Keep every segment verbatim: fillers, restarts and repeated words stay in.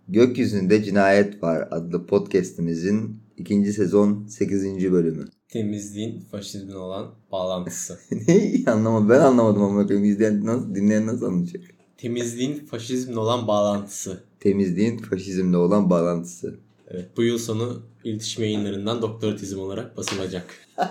Gökyüzünde Cinayet Var adlı podcast'imizin ikinci sezon sekizinci bölümü. Temizliğin faşizmle olan bağlantısı. Ne? Anlamadım. Ben anlamadım ama izleyen nasıl, dinleyen nasıl anlayacak? Temizliğin faşizmle olan bağlantısı. Temizliğin faşizmle olan bağlantısı. Evet, bu yıl sonu iletişim yayınlarından doktora tezim olarak basılacak.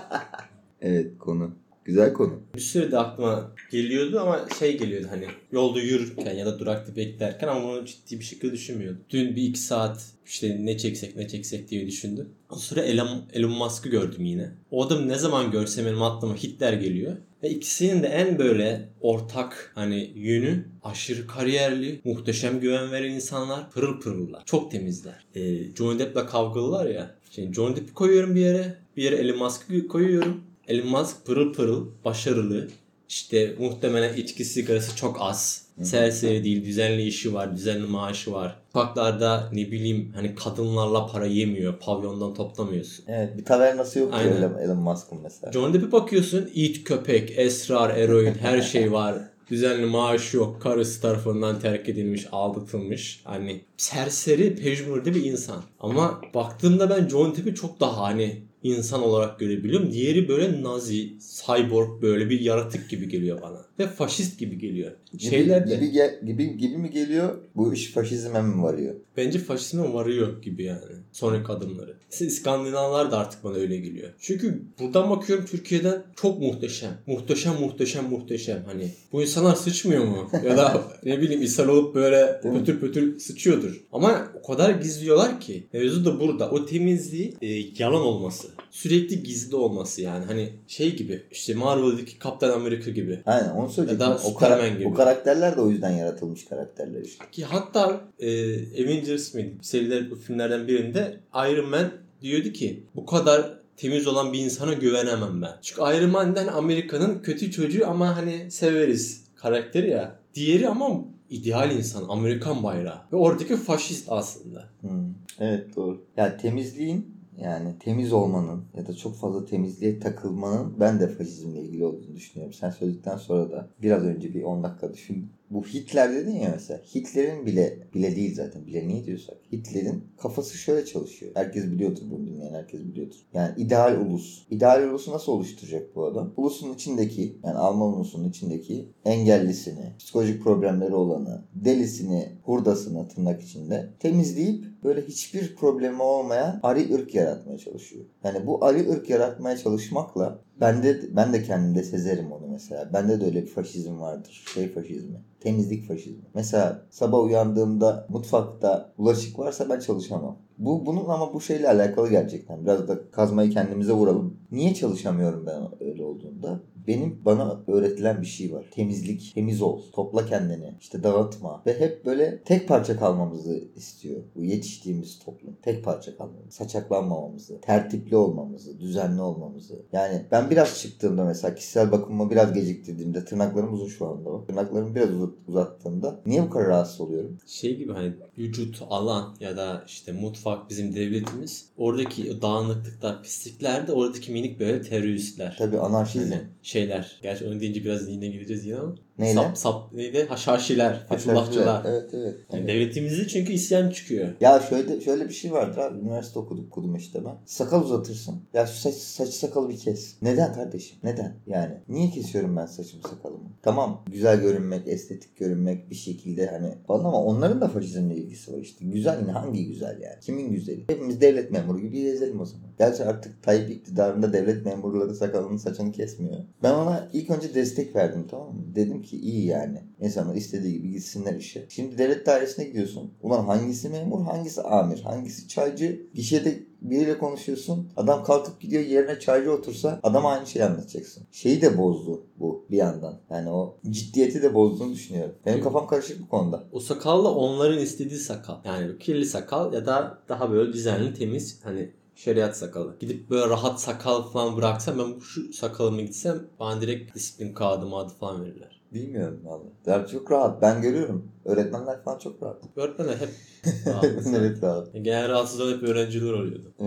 Evet, konu. Güzel konu. Bir süre de aklıma geliyordu ama şey geliyordu hani yolda yürürken ya da durakta beklerken ama bunu ciddi bir şekilde düşünmüyordum. Dün bir iki saat işte ne çeksek ne çeksek diye düşündüm. O sıra Elon, Elon Musk'ı gördüm yine. O adamı ne zaman görsem benim aklıma Hitler geliyor. Ve ikisinin de en böyle ortak hani yönü aşırı kariyerli, muhteşem güven veren insanlar, pırıl pırıllar. Çok temizler. Ee, Johnny Depp'le kavgalılar ya. Şimdi Johnny Depp'i koyuyorum bir yere, bir yere Elon Musk'ı koyuyorum. Elon Musk pırıl pırıl, başarılı. İşte muhtemelen içki sigarası çok az. Serseri değil, düzenli işi var, düzenli maaşı var. Sokaklarda ne bileyim hani kadınlarla para yemiyor, pavyondan toplamıyorsun. Evet, bir tavernası yok Aynen. Elon, Elon Musk'ın mesela. Johnny Depp'e bakıyorsun, it, köpek, esrar, eroin her şey var. Düzenli maaşı yok, karısı tarafından terk edilmiş, aldatılmış. Hani serseri, pejmürde bir insan. Ama baktığımda ben Johnny Depp'i çok daha hani insan olarak görebiliyorum. Diğeri böyle nazi, cyborg böyle bir yaratık gibi geliyor bana. Ve faşist gibi geliyor. Gibi, Şeyler de, gibi, ge- gibi, gibi mi geliyor? Bu iş faşizme mi varıyor? bence faşizme varıyor gibi yani. Sonraki adımları. İskandinavlar da artık bana öyle geliyor. Çünkü buradan bakıyorum Türkiye'den çok muhteşem. Muhteşem muhteşem muhteşem. Hani bu insanlar sıçmıyor mu? Ya da ne bileyim ishal olup böyle pötür pötür sıçıyordur. Ama o kadar gizliyorlar ki. Mevzu da burada. O temizliği e, yalan olması. Sürekli gizli olması yani. Hani şey gibi. İşte Marvel'daki Kaptan Amerika gibi. Aynen onu söyleyecektim. Ya da O, kara- Superman gibi. o karakterler de o yüzden yaratılmış karakterler işte. Ki hatta e, Avengers mi seriler, bu filmlerden birinde Iron Man diyordu ki bu kadar temiz olan bir insana güvenemem ben. Çünkü Iron Man'den Amerika'nın kötü çocuğu ama hani severiz karakteri ya. Diğeri ama ideal insan, Amerikan bayrağı. Ve oradaki faşist aslında. Hmm, evet doğru. Ya temizliğin yani temiz olmanın ya da çok fazla temizliğe takılmanın ben de faşizmle ilgili olduğunu düşünüyorum. Sen söyledikten sonra da biraz önce bir on dakika düşündüm. Bu Hitler dedin ya mesela. Hitler'in bile bile değil zaten. Bile niye diyorsak. Hitler'in kafası şöyle çalışıyor. Herkes biliyordur bunu dinleyen herkes biliyordur. Yani ideal ulus. İdeal ulusu nasıl oluşturacak bu adam? Ulusun içindeki yani Alman ulusunun içindeki engellisini, psikolojik problemleri olanı, delisini, hurdasını tırnak içinde temizleyip böyle hiçbir problemi olmayan ari ırk yaratmaya çalışıyor. Yani bu ari ırk yaratmaya çalışmakla ben de ben de kendimde sezerim onu mesela. Bende de öyle bir faşizm vardır. Şey faşizmi. Temizlik faşizmi. Mesela sabah uyandığımda mutfakta bulaşık varsa ben çalışamam. Bu bunun ama bu şeyle alakalı gerçekten. Biraz da kazmayı kendimize vuralım. Niye çalışamıyorum ben öyle olduğunda? Benim bana öğretilen bir şey var. Temizlik, temiz ol, topla kendini, işte dağıtma ve hep böyle tek parça kalmamızı istiyor. Bu yetiştiğimiz toplum. Tek parça kalmamızı, saçaklanmamamızı, tertipli olmamızı, düzenli olmamızı. Yani ben biraz çıktığımda mesela kişisel bakımımı biraz geciktirdiğimde tırnaklarım uzun şu anda o. Tırnaklarımı biraz uzat, uzattığımda niye bu kadar rahatsız oluyorum? Şey gibi hani vücut, alan ya da işte mutfak bizim devletimiz. Oradaki dağınıklıklar, pislikler de oradaki minik böyle teröristler. Tabii anarşizm. Yani şeyler. Gerçi onu deyince biraz dine gideceğiz yine ama. Neyle? Sap sap neydi? Haşhaşiler, Fethullahçılar. Evet evet. Yani evet. devletimizde çünkü isyan çıkıyor. Ya şöyle şöyle bir şey vardır abi. Üniversite okudum, okudum işte ben. Sakal uzatırsın. Ya şu saç, saç sakalı bir kes. Neden kardeşim? Neden? Yani niye kesiyorum ben saçımı sakalımı? Tamam güzel görünmek, estetik görünmek bir şekilde hani falan ama onların da faşizmle ilgisi var işte. Güzel yine hangi güzel yani? Kimin güzeli? Hepimiz devlet memuru gibi gezelim o zaman. Gerçi artık Tayyip iktidarında devlet memurları sakalını saçını kesmiyor. Ben ona ilk önce destek verdim tamam mı? Dedim ki iyi yani. İnsanlar istediği gibi gitsinler işe. Şimdi devlet dairesine gidiyorsun. Ulan hangisi memur, hangisi amir, hangisi çaycı? Gişede biriyle konuşuyorsun. Adam kalkıp gidiyor yerine çaycı otursa adama aynı şeyi anlatacaksın. Şeyi de bozdu bu bir yandan. Yani o ciddiyeti de bozduğunu düşünüyorum. Benim kafam karışık bu konuda. O sakal da onların istediği sakal. Yani kirli sakal ya da daha böyle düzenli, temiz hani şeriat sakalı. Gidip böyle rahat sakal falan bıraksam ben şu sakalımı gitsem bana direkt disiplin kağıdı mağdı falan verirler. Bilmiyorum vallahi. Yani çok rahat. Ben görüyorum. Öğretmenler falan çok rahat. Öğretmenler hep rahat. Evet rahat. Genel rahatsız olan hep öğrenciler oluyordu. Evet.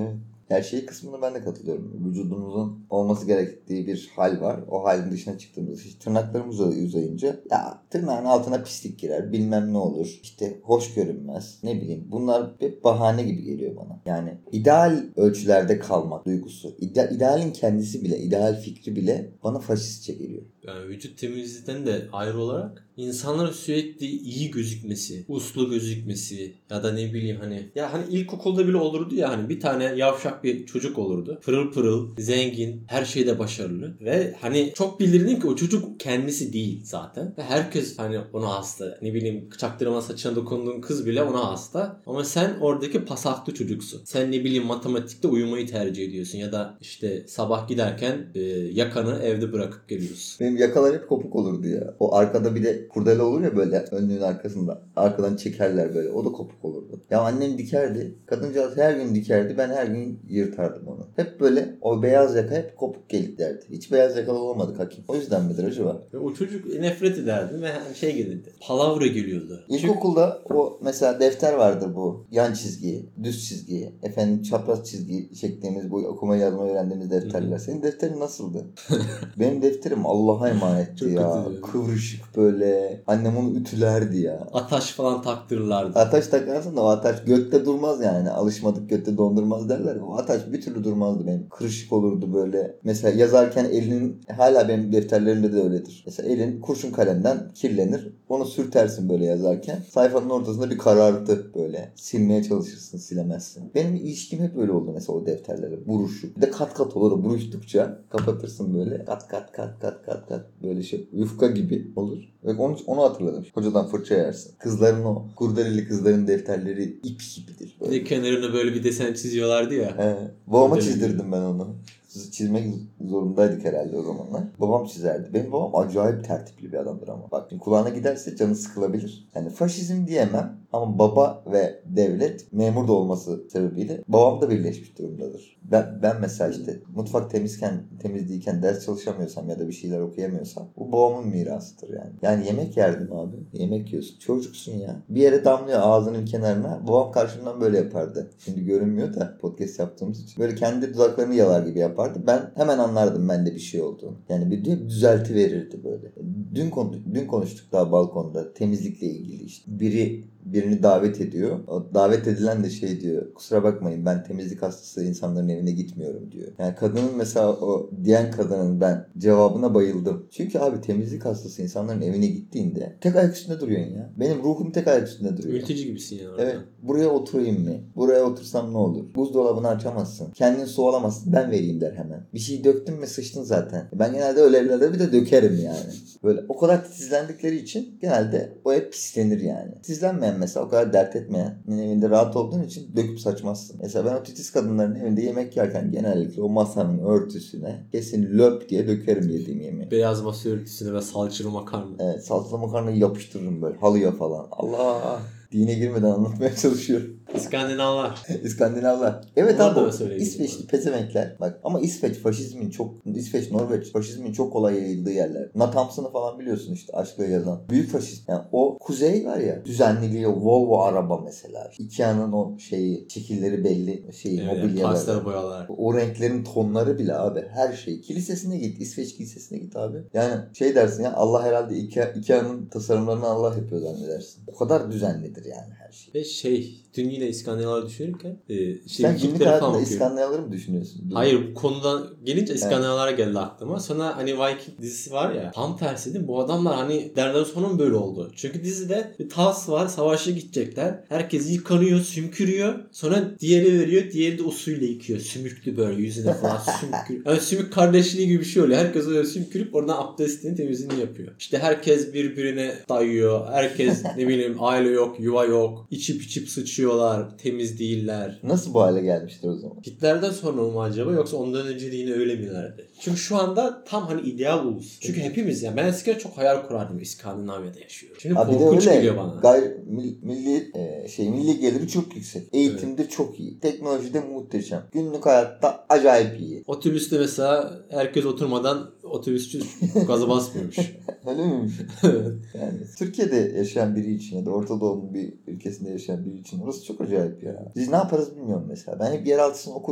Her şey kısmına ben de katılıyorum. Vücudumuzun olması gerektiği bir hal var. O halin dışına çıktığımız işte tırnaklarımız uzayınca ya tırnağın altına pislik girer. Bilmem ne olur. İşte hoş görünmez. Ne bileyim. Bunlar hep bahane gibi geliyor bana. Yani ideal ölçülerde kalmak duygusu. İde- idealin kendisi bile, ideal fikri bile bana faşistçe geliyor. Yani vücut temizlikten de ayrı olarak insanların sürekli iyi gözükmesi, uslu gözükmesi ya da ne bileyim hani ya hani ilkokulda bile olurdu ya hani bir tane yavşak bir çocuk olurdu. Pırıl pırıl, zengin, her şeyde başarılı ve hani çok bilirdin ki o çocuk kendisi değil zaten. Ve herkes hani ona hasta. Ne bileyim çaktırma saçına dokunduğun kız bile ona hasta. Ama sen oradaki pasaklı çocuksun. Sen ne bileyim matematikte uyumayı tercih ediyorsun ya da işte sabah giderken e, yakanı evde bırakıp geliyorsun. Benim yakalar hep kopuk olurdu ya. O arkada bir de kurdele olur ya böyle önlüğün arkasında. Arkadan çekerler böyle. O da kopuk olurdu. Ya annem dikerdi. Kadıncağız her gün dikerdi. Ben her gün yırtardım onu. Hep böyle o beyaz yaka hep kopuk gelik derdi. Hiç beyaz yakalı olamadık Hakim. O yüzden midir acaba? Ve o çocuk nefret ederdi ve şey gelirdi. Palavra geliyordu. İlkokulda o mesela defter vardır bu. Yan çizgi, düz çizgi, efendim çapraz çizgi çektiğimiz bu okuma yazma öğrendiğimiz defterler. Senin defterin nasıldı? Benim defterim Allah'a emanetti Çok ya. kötü. Kıvrışık böyle. Annem onu ütülerdi ya. Ataş falan taktırırlardı. Ataş takarsın da o ataş götte durmaz yani. Alışmadık götte dondurmaz derler. O ataş bir türlü durmazdı benim. Kırışık olurdu böyle. Mesela yazarken elinin hala benim defterlerimde de öyledir. Mesela elin kurşun kalemden kirlenir. Onu sürtersin böyle yazarken. Sayfanın ortasında bir karartı böyle. Silmeye çalışırsın, silemezsin. Benim ilişkim hep öyle oldu mesela o defterlere. Buruşuk. Bir de kat kat olur. Buruştukça kapatırsın böyle. Kat kat kat kat kat kat. Böyle şey yufka gibi olur. Ve onu, onu hatırladım. Hocadan fırça yersin. Kızların o kurdeleli kızların defterleri ip gibidir. Bir de kenarına böyle bir desen çiziyorlardı ya. He. Babama Kurdeleli. çizdirdim ben onu. Çizmek zorundaydık herhalde o zamanlar. Babam çizerdi. Benim babam acayip tertipli bir adamdır ama. Bak kulağına giderse canı sıkılabilir. Yani faşizm diyemem ama baba ve devlet memur da olması sebebiyle babam da birleşmiş durumdadır. Ben, ben mesela işte mutfak temizken, temiz değilken ders çalışamıyorsam ya da bir şeyler okuyamıyorsam bu babamın mirasıdır yani. Yani yemek yerdim abi. Yemek yiyorsun. Çocuksun ya. Bir yere damlıyor ağzının kenarına. Babam karşımdan böyle yapardı. Şimdi görünmüyor da podcast yaptığımız için. Böyle kendi dudaklarını yalar gibi yapardı. Ben hemen anlardım bende bir şey olduğunu. Yani bir düzelti verirdi böyle. Dün dün konuştuk daha balkonda temizlikle ilgili işte. Biri birini davet ediyor. O davet edilen de şey diyor. Kusura bakmayın ben temizlik hastası insanların evine gitmiyorum diyor. Yani kadının mesela o diyen kadının ben cevabına bayıldım. Çünkü abi temizlik hastası insanların evine gittiğinde tek ayak üstünde duruyorsun ya. Benim ruhum tek ayak üstünde duruyor. Mülteci gibisin ya. Orada. Evet. Buraya oturayım mı? Buraya otursam ne olur? Buzdolabını açamazsın. Kendini su alamazsın. Ben vereyim der hemen. Bir şey döktün mü sıçtın zaten. Ben genelde öyle evlerde bir de dökerim yani. Böyle o kadar titizlendikleri için genelde o hep pislenir yani. Titizlenmeyen mesela o kadar dert etmeyen evinde rahat olduğun için döküp saçmazsın. Mesela ben o titiz kadınların evinde yemek yerken genellikle o masanın örtüsüne kesin löp diye dökerim yediğim yemeği. Beyaz masa örtüsüne ve salçalı makarna. Evet, salçalı makarnayı yapıştırırım böyle halıya falan. Allah! Dine girmeden anlatmaya çalışıyorum. İskandinavlar. İskandinavlar. Evet Onlar abi da o söyleyeyim İsveçli bana. pezevenkler. Bak ama İsveç faşizmin çok İsveç, Norveç faşizmin çok kolay yayıldığı yerler. Natams'ını falan biliyorsun işte aşkla yazan. Büyük faşist. Yani o kuzey var ya düzenliliği o Volvo araba mesela. Ikea'nın o şeyi şekilleri belli şeyi Evet, mobilyaları. pastel boyalar. O renklerin tonları bile abi her şey. Kilisesine git. İsveç kilisesine git abi. Yani şey dersin ya Allah herhalde Ikea, Ikea'nın tasarımlarını Allah yapıyor zannedersin. O kadar düzenlidir yani her şey. Ve şey dün yine İskandinavları düşünürken e, şey, Sen günlük Vikingleri falan hayatında okuyorum. İskandinavları mı düşünüyorsun? Hayır bu konudan gelince İskandinavlara geldi aklıma. Sonra hani Viking dizisi var ya tam tersi değil mi? Bu adamlar hani derden sonra mı böyle oldu? Çünkü dizide bir tas var savaşa gidecekler. Herkes yıkanıyor sümkürüyor. Sonra diğeri veriyor. Diğeri de o suyla yıkıyor. Sümüklü böyle yüzüne falan sümkürüyor. Yani sümük kardeşliği gibi bir şey oluyor. Herkes öyle sümkürüp oradan abdestini temizliğini yapıyor. İşte herkes birbirine dayıyor. Herkes ne bileyim aile yok yuva yok. İçip içip sıçıyorlar. Temiz değiller. Nasıl bu hale gelmiştir o zaman? Hitler'den sonra mı acaba yoksa ondan önce de yine öyle milerdi? Çünkü şu anda tam hani ideal ulus. Çünkü hepimiz ya ben eskiden çok hayal kurardım İskandinavya'da yaşıyorum. Şimdi Abi korkunç de öyle, geliyor bana. Gayri milli, milli e, şey milli geliri çok yüksek. Eğitimde evet. çok iyi. Teknolojide muhteşem. Günlük hayatta acayip iyi. Otobüste mesela herkes oturmadan otobüsçü gaza basmıyormuş. Öyle miymiş? Yani Türkiye'de yaşayan biri için ya da Orta Doğu'nun bir ülkesinde yaşayan biri için orası çok acayip ya. Biz ne yaparız bilmiyorum mesela. Ben hep yeraltısını okurum.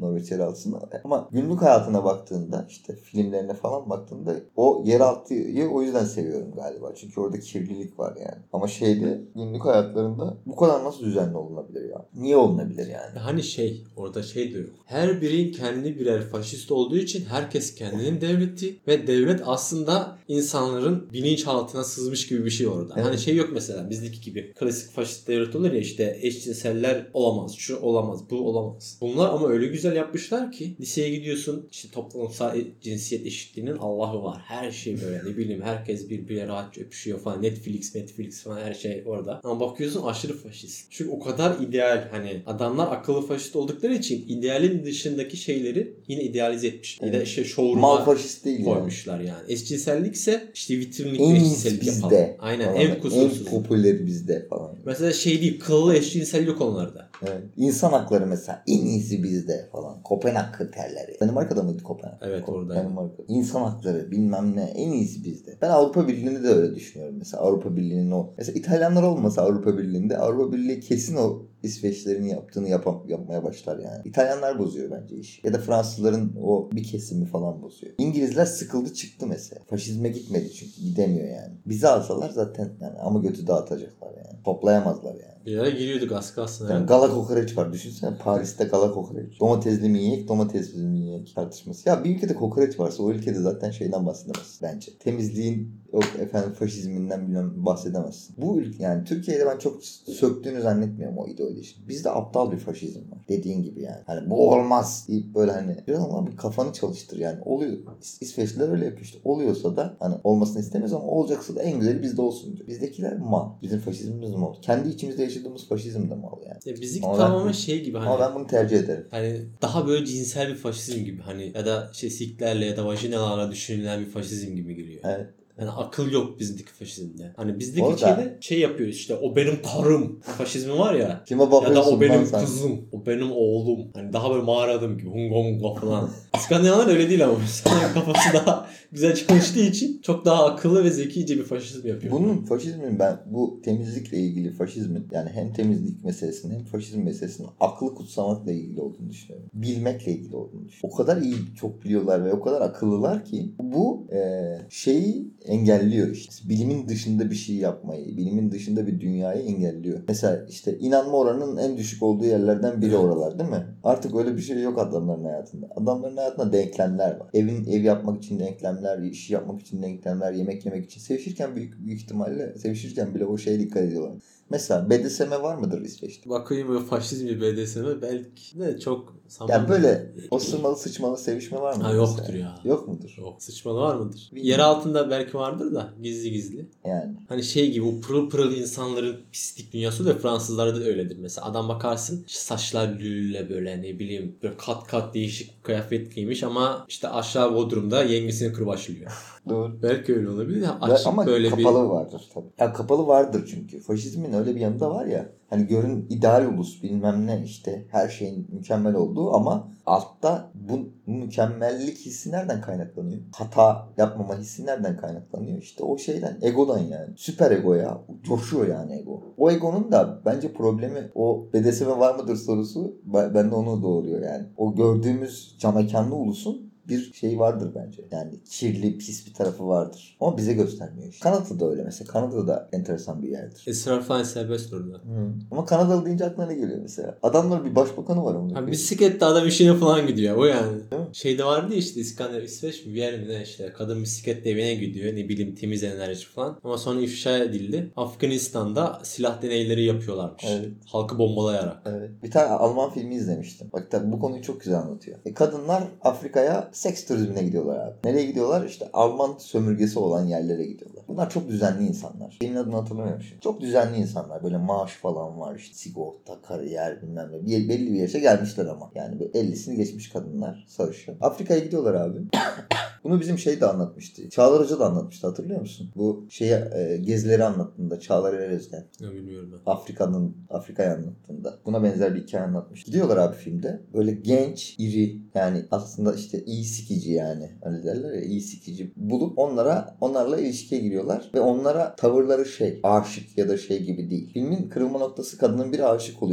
Norveç yeraltısını. Ama günlük hayatına baktığında işte filmlerine falan baktığında o yeraltıyı o yüzden seviyorum galiba. Çünkü orada kirlilik var yani. Ama şeyde günlük hayatlarında bu kadar nasıl düzenli olunabilir ya? Niye olunabilir yani? Hani şey orada şey diyor. Her biri kendi birer faşist olduğu için herkes kendinin devleti ve devlet aslında insanların bilinçaltına sızmış gibi bir şey orada. Evet. Hani şey yok mesela bizdeki gibi klasik faşist devlet olur ya işte eşcinseller olamaz, şu olamaz, bu olamaz. Bunlar ama öyle güzel yapmışlar ki liseye gidiyorsun işte toplumsal cinsiyet eşitliğinin Allah'ı var. Her şey böyle ne bileyim herkes birbirine rahat öpüşüyor falan. Netflix, Netflix falan her şey orada. Ama bakıyorsun aşırı faşist. Çünkü o kadar ideal hani adamlar akıllı faşist oldukları için idealin dışındaki şeyleri yine idealize etmişler. Evet. Ya da işte showroom'a mal faşist değil koymuşlar yani. yani. Eşcinsellikse işte vitrinlik en eşcinsellik bizde yapalım. Aynen falan. en kusursuz. En popüleri bizde falan. Mesela şey değil kıllı eşcinsel yok onlarda. Evet. İnsan hakları mesela en iyisi bizde falan. Kopenhag kriterleri. Danimarka'da mıydı Kopenhag? Evet orada. Danimarka. İnsan hakları bilmem ne en iyisi bizde. Ben Avrupa Birliği'ni de öyle düşünüyorum. Mesela Avrupa Birliği'nin o. Mesela İtalyanlar olmasa Avrupa Birliği'nde Avrupa Birliği kesin o İsveçlerin yaptığını yapam, yapmaya başlar yani. İtalyanlar bozuyor bence işi. Ya da Fransızların o bir kesimi falan bozuyor. İngilizler sıkıldı çıktı mesela. Faşizme gitmedi çünkü gidemiyor yani. Bizi alsalar zaten yani ama götü dağıtacaklar yani. Toplayamazlar yani. Bir ara giriyorduk az kalsın. Yani gala kokoreç var. Düşünsene Paris'te gala kokoreç. Domatesli mi yiyek, domatessiz mi yiyek tartışması. Ya bir ülkede kokoreç varsa o ülkede zaten şeyden bahsedemezsin bence. Temizliğin yok efendim faşizminden bilmem bahsedemezsin. Bu ülke yani Türkiye'de ben çok söktüğünü zannetmiyorum o ideoloji. Bizde aptal bir faşizm var. Dediğin gibi yani. Hani bu olmaz deyip böyle hani biraz ama bir kafanı çalıştır yani. Oluyor. İs- İsveçliler öyle yapıyor işte. Oluyorsa da hani olmasını istemiyoruz ama olacaksa da en güzeli bizde olsun diyor. Bizdekiler mal. Bizim faşizmimiz mal. Kendi içimizde yaşadığımız faşizm de mal yani. Ya bizlik ama tamamen ben, şey gibi hani. Ama ben bunu tercih ederim. Hani daha böyle cinsel bir faşizm gibi hani ya da şey siklerle ya da vajinalarla düşünülen bir faşizm gibi geliyor. Evet. Yani akıl yok bizdeki faşizmde. Hani bizdeki Orada, şeyde şey yapıyoruz işte o benim karım faşizmi var ya. Kime ya da o benim sen? kızım. O benim oğlum. Hani daha böyle mağara adam gibi. Hunga hunga falan. İskandinavlar öyle değil ama. Mesela kafası daha güzel çalıştığı için çok daha akıllı ve zekice bir faşizm yapıyor. Bunun faşizmin ben bu temizlikle ilgili faşizmin yani hem temizlik meselesinin hem faşizm meselesinin aklı kutsamakla ilgili olduğunu düşünüyorum. Bilmekle ilgili olduğunu düşünüyorum. O kadar iyi çok biliyorlar ve o kadar akıllılar ki bu e, şeyi engelliyor işte. Bilimin dışında bir şey yapmayı, bilimin dışında bir dünyayı engelliyor. Mesela işte inanma oranının en düşük olduğu yerlerden biri oralar değil mi? Artık öyle bir şey yok adamların hayatında. Adamların hayatında denklemler var. Evin ev yapmak için denklemler, iş yapmak için denklemler, yemek yemek için. Sevişirken büyük büyük ihtimalle sevişirken bile o şeye dikkat ediyorlar. Mesela B D S M var mıdır İsveç'te? Bakayım böyle faşizm bir B D S M belki de çok sanmam. Yani böyle osırmalı sıçmalı sevişme var mı? Ha yoktur ya. Yok mudur? Yok. Sıçmalı var mıdır? Bilmiyorum. Yer altında belki vardır da gizli gizli. Yani. Hani şey gibi o pırıl pırıl insanların pislik dünyası da Fransızlarda da öyledir mesela. Adam bakarsın saçlar lülle böyle ne bileyim böyle kat kat değişik kıyafet giymiş ama işte aşağı Bodrum'da yengesini kırbaçlıyor. Doğru. Belki öyle olabilir. Açık ama böyle kapalı bir... vardır tabii. Ya kapalı vardır çünkü. Faşizmin öyle bir yanı da var ya. Hani görün ideal ulus bilmem ne işte her şeyin mükemmel olduğu ama altta bu mükemmellik hissi nereden kaynaklanıyor? Hata yapmama hissi nereden kaynaklanıyor? İşte o şeyden, egodan yani. Süper ego ya. Coşuyor yani ego. O egonun da bence problemi o B D S M var mıdır sorusu bende onu doğuruyor yani. O gördüğümüz camekanlı ulusun bir şey vardır bence. Yani kirli, pis bir tarafı vardır. Ama bize göstermiyor işte. Kanada'da öyle mesela. Kanada da enteresan bir yerdir. Esrar falan serbest orada. Hı. Ama Kanadalı deyince aklına ne geliyor mesela? Adamlar bir başbakanı var onun. Abi bisiklette adam işine falan gidiyor. O yani. Şeyde vardı ya işte İskandinav, İsveç mi bir yer mi ne işte. Kadın bisikletle evine gidiyor. Ne bileyim temiz enerji falan. Ama sonra ifşa edildi. Afganistan'da silah deneyleri yapıyorlarmış. Evet. Halkı bombalayarak. Evet. Bir tane Alman filmi izlemiştim. Bak tabii bu konuyu çok güzel anlatıyor. E, kadınlar Afrika'ya seks turizmine gidiyorlar abi. Nereye gidiyorlar? İşte Alman sömürgesi olan yerlere gidiyorlar. Bunlar çok düzenli insanlar. Filmin adını hatırlamıyorum şimdi. Çok düzenli insanlar. Böyle maaş falan var. İşte sigorta, kariyer bilmem ne. Bir, belli bir yaşa gelmişler ama. Yani böyle ellisini geçmiş kadınlar. Sarışın. Afrika'ya gidiyorlar abi. Bunu bizim şey de anlatmıştı. Çağlar Hoca da anlatmıştı hatırlıyor musun? Bu şeye e, gezileri anlattığında Çağlar Erezgen. Ne bilmiyorum ben. Afrika'nın Afrika'yı anlattığında. Buna benzer bir hikaye anlatmış. Gidiyorlar abi filmde. Böyle genç, iri yani aslında işte iyi sikici yani. Öyle derler ya iyi sikici bulup onlara onlarla ilişkiye giriyorlar ve onlara tavırları şey aşık ya da şey gibi değil. Filmin kırılma noktası kadının biri aşık oluyor. Hiç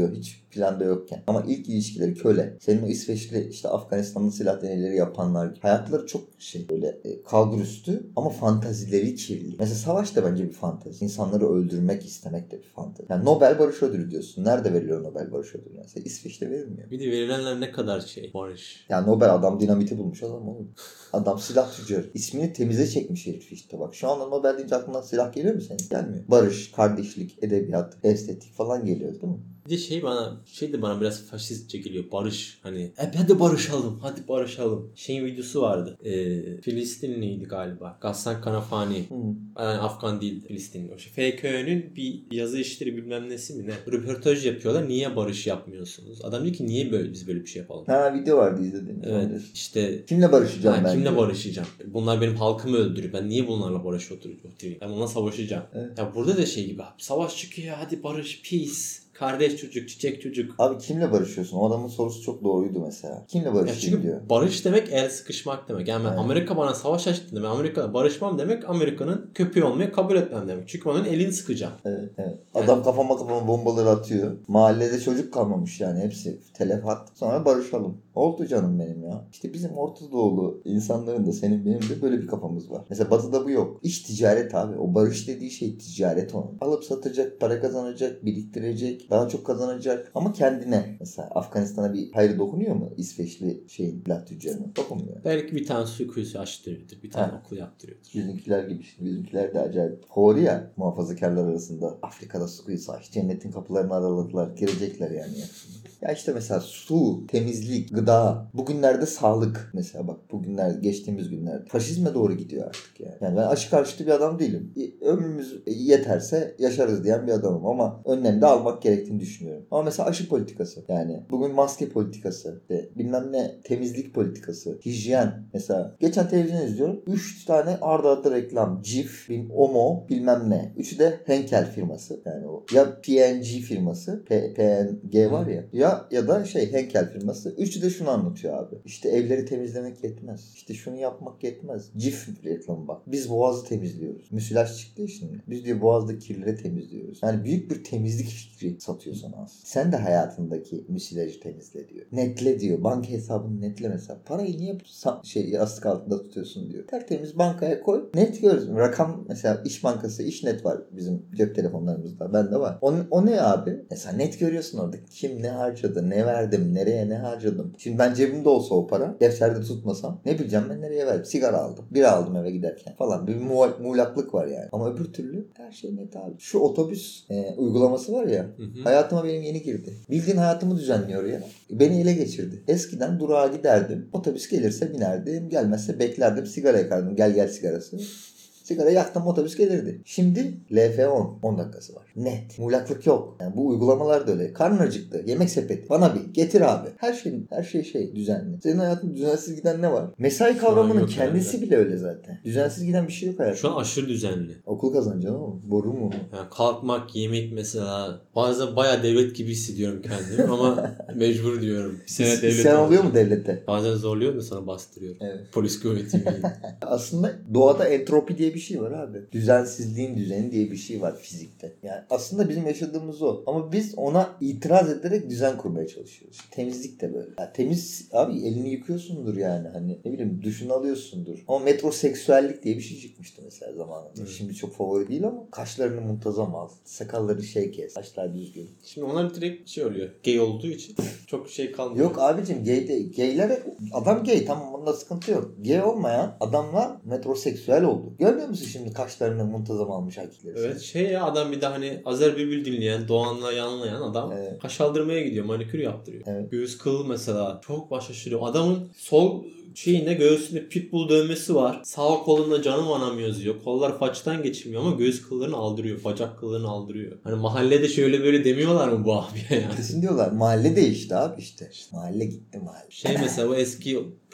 planda yokken. Ama ilk ilişkileri köle. Senin o İsveçli işte Afganistan'da silah deneyleri yapanlar gibi. Hayatları çok şey böyle e, kalburüstü ama fantazileri kirli. Mesela savaş da bence bir fantazi. İnsanları öldürmek istemek de bir fantazi. Yani Nobel Barış Ödülü diyorsun. Nerede veriliyor Nobel Barış Ödülü? Mesela İsveç'te verilmiyor. Bir de verilenler ne kadar şey barış. Yani Nobel adam dinamiti bulmuş adam oğlum. Adam silah tüccarı. İsmini temize çekmiş herif işte bak. Şu anda Nobel deyince aklına silah geliyor mu senin? Gelmiyor. Barış, kardeşlik, edebiyat, estetik falan geliyor değil mi? Bir de şey bana şey de bana biraz faşistçe geliyor. Barış hani hep hadi barışalım. Hadi barışalım. Şeyin videosu vardı. Ee, Filistinliydi galiba. Gassan Kanafani. Hmm. Yani Afgan değildi. Filistinli. O şey. F K Ö'nün bir yazı işleri bilmem nesi mi ne? Röportaj yapıyorlar. Niye barış yapmıyorsunuz? Adam diyor ki niye böyle biz böyle bir şey yapalım? Ha video vardı izledim. Evet. İşte kimle barışacağım ha, ben? Kimle diyor. barışacağım? Bunlar benim halkımı öldürüyor. Ben niye bunlarla barış oturayım? Ben bununla savaşacağım. Evet. Ya burada da şey gibi. Savaş çıkıyor. Hadi barış. Peace. Kardeş çocuk, çiçek çocuk. Abi kimle barışıyorsun? O adamın sorusu çok doğruydu mesela. Kimle barışayım diyor. Barış demek el sıkışmak demek. Yani ben Amerika bana savaş açtığında ben Amerika'da barışmam demek Amerika'nın köpeği olmayı kabul etmem demek. Çünkü onun elini sıkacağım. Evet, evet. Adam yani, kafama kafama bombaları atıyor. Mahallede çocuk kalmamış yani hepsi telefat. Sonra barışalım. Oldu canım benim ya. İşte bizim Orta Doğulu insanların da senin benim de böyle bir kafamız var. Mesela Batı'da bu yok. İş ticaret abi. O barış dediği şey ticaret onun. Alıp satacak, para kazanacak, biriktirecek, daha çok kazanacak ama kendine. Mesela Afganistan'a bir hayır dokunuyor mu? İsveçli şeyin silah tüccarına. Dokunmuyor. Belki bir tane su kuyusu açtırıyordur. Bir tane ha. okul yaptırıyordur. Bizimkiler gibi. Şimdi bizimkiler de acayip. Favori ya muhafazakarlar arasında. Afrika'da su kuyusu aç. Cennetin kapılarını araladılar. Girecekler yani. Ya işte mesela su, temizlik, gıda. Bugünlerde sağlık. Mesela bak bugünler geçtiğimiz günlerde. Faşizme doğru gidiyor artık yani. Yani ben aşı karşıtı bir adam değilim. Ömrümüz yeterse yaşarız diyen bir adamım ama önlemde almak gerektiğini düşünüyorum. Ama mesela aşı politikası. Yani bugün maske politikası. De, bilmem ne temizlik politikası. Hijyen. Mesela geçen televizyon izliyorum. Üç tane arda arda reklam. Cif, Omo, bilmem ne. Üçü de Henkel firması. Yani o ya P N G firması. P N G var ya. Ya ya da şey Henkel firması. Üçü de şunu anlatıyor abi. İşte evleri temizlemek yetmez. İşte şunu yapmak yetmez. Cif reklamı bak. Biz boğazı temizliyoruz. Müsilaj çıktı ya şimdi. Biz diyor boğazdaki kirleri temizliyoruz. Yani büyük bir temizlik fikri satıyor sana aslında. Sen de hayatındaki müsilajı temizle diyor. Netle diyor. Banka hesabını netle mesela. Parayı niye şey yastık altında tutuyorsun diyor. Tertemiz bankaya koy. Net görürsün. Rakam mesela İş Bankası, İşnet var bizim cep telefonlarımızda. Bende var. O, o ne abi? Mesela net görüyorsun orada. Kim ne harcadı, ne verdim, nereye ne harcadım. Şimdi ben cebimde olsa o para, defterde tutmasam ne bileceğim ben nereye verdim. Sigara aldım. Bir aldım eve giderken falan. Bir muğ- muğlaklık var yani. Ama öbür türlü her şey net abi. Şu otobüs e, uygulaması var ya. Hı hı. Hayatıma benim yeni girdi. Bildiğin hayatımı düzenliyor ya. Beni ele geçirdi. Eskiden durağa giderdim. Otobüs gelirse binerdim. Gelmezse beklerdim. Sigara yakardım. Gel gel sigarası. Sigara yaktım otobüs gelirdi. Şimdi L F on. on dakikası var. Net. Muğlaklık yok. Yani bu uygulamalar da öyle. Karnın acıktı. Yemek sepeti. Bana bir getir abi. Her şey her şey şey düzenli. Senin hayatın düzensiz giden ne var? Mesai kavramının kendisi yani. Bile öyle zaten. Düzensiz giden bir şey yok hayatım. Şu an aşırı düzenli. Okul kazanacaksın ama boru mu? Yani kalkmak, yemek mesela. Bazen bayağı devlet gibi hissediyorum kendimi ama mecbur diyorum. Bir sene devlet Sen oluyor mu devlette? Bazen zorluyor mu sana bastırıyorum. Evet. Polis kuvveti gibi. Aslında doğada entropi diye bir şey var abi. Düzensizliğin düzeni diye bir şey var fizikte. Yani aslında bizim yaşadığımız o. Ama biz ona itiraz ederek düzen kurmaya çalışıyoruz. Temizlik de böyle. Ya temiz abi elini yıkıyorsundur yani. Hani ne bileyim duşunu alıyorsundur. Ama metroseksüellik diye bir şey çıkmıştı mesela zamanında. Evet. Şimdi çok favori değil ama kaşlarını muntazam al. Sakalları şey kes. Saçlar düzgün. Şimdi onlar direkt şey oluyor. Gay olduğu için çok şey kalmıyor. Yok abicim gay de, gayler adam gay tamam bunda sıkıntı yok. Gay olmayan adamlar metroseksüel oldu. Görmüyor musun şimdi kaşlarını muntazam almış erkekleri? Evet şey ya adam bir de hani Azer Bülbül dinleyen, Doğan'la yanlayan adam evet. Kaş aldırmaya gidiyor, manikür yaptırıyor. Evet. Göğüs kılı mesela çok baş şaşırıyor. Adamın sol şeyinde göğsünde pitbull dövmesi var. Sağ kolunda canım anam yazıyor. Kollar façtan geçmiyor ama göğüs kıllarını aldırıyor. Bacak kıllarını aldırıyor. Hani mahallede şöyle böyle demiyorlar mı bu abiye yani? Kesin diyorlar. Mahalle değişti abi işte. işte mahalle gitti mahalle. Şey mesela o eski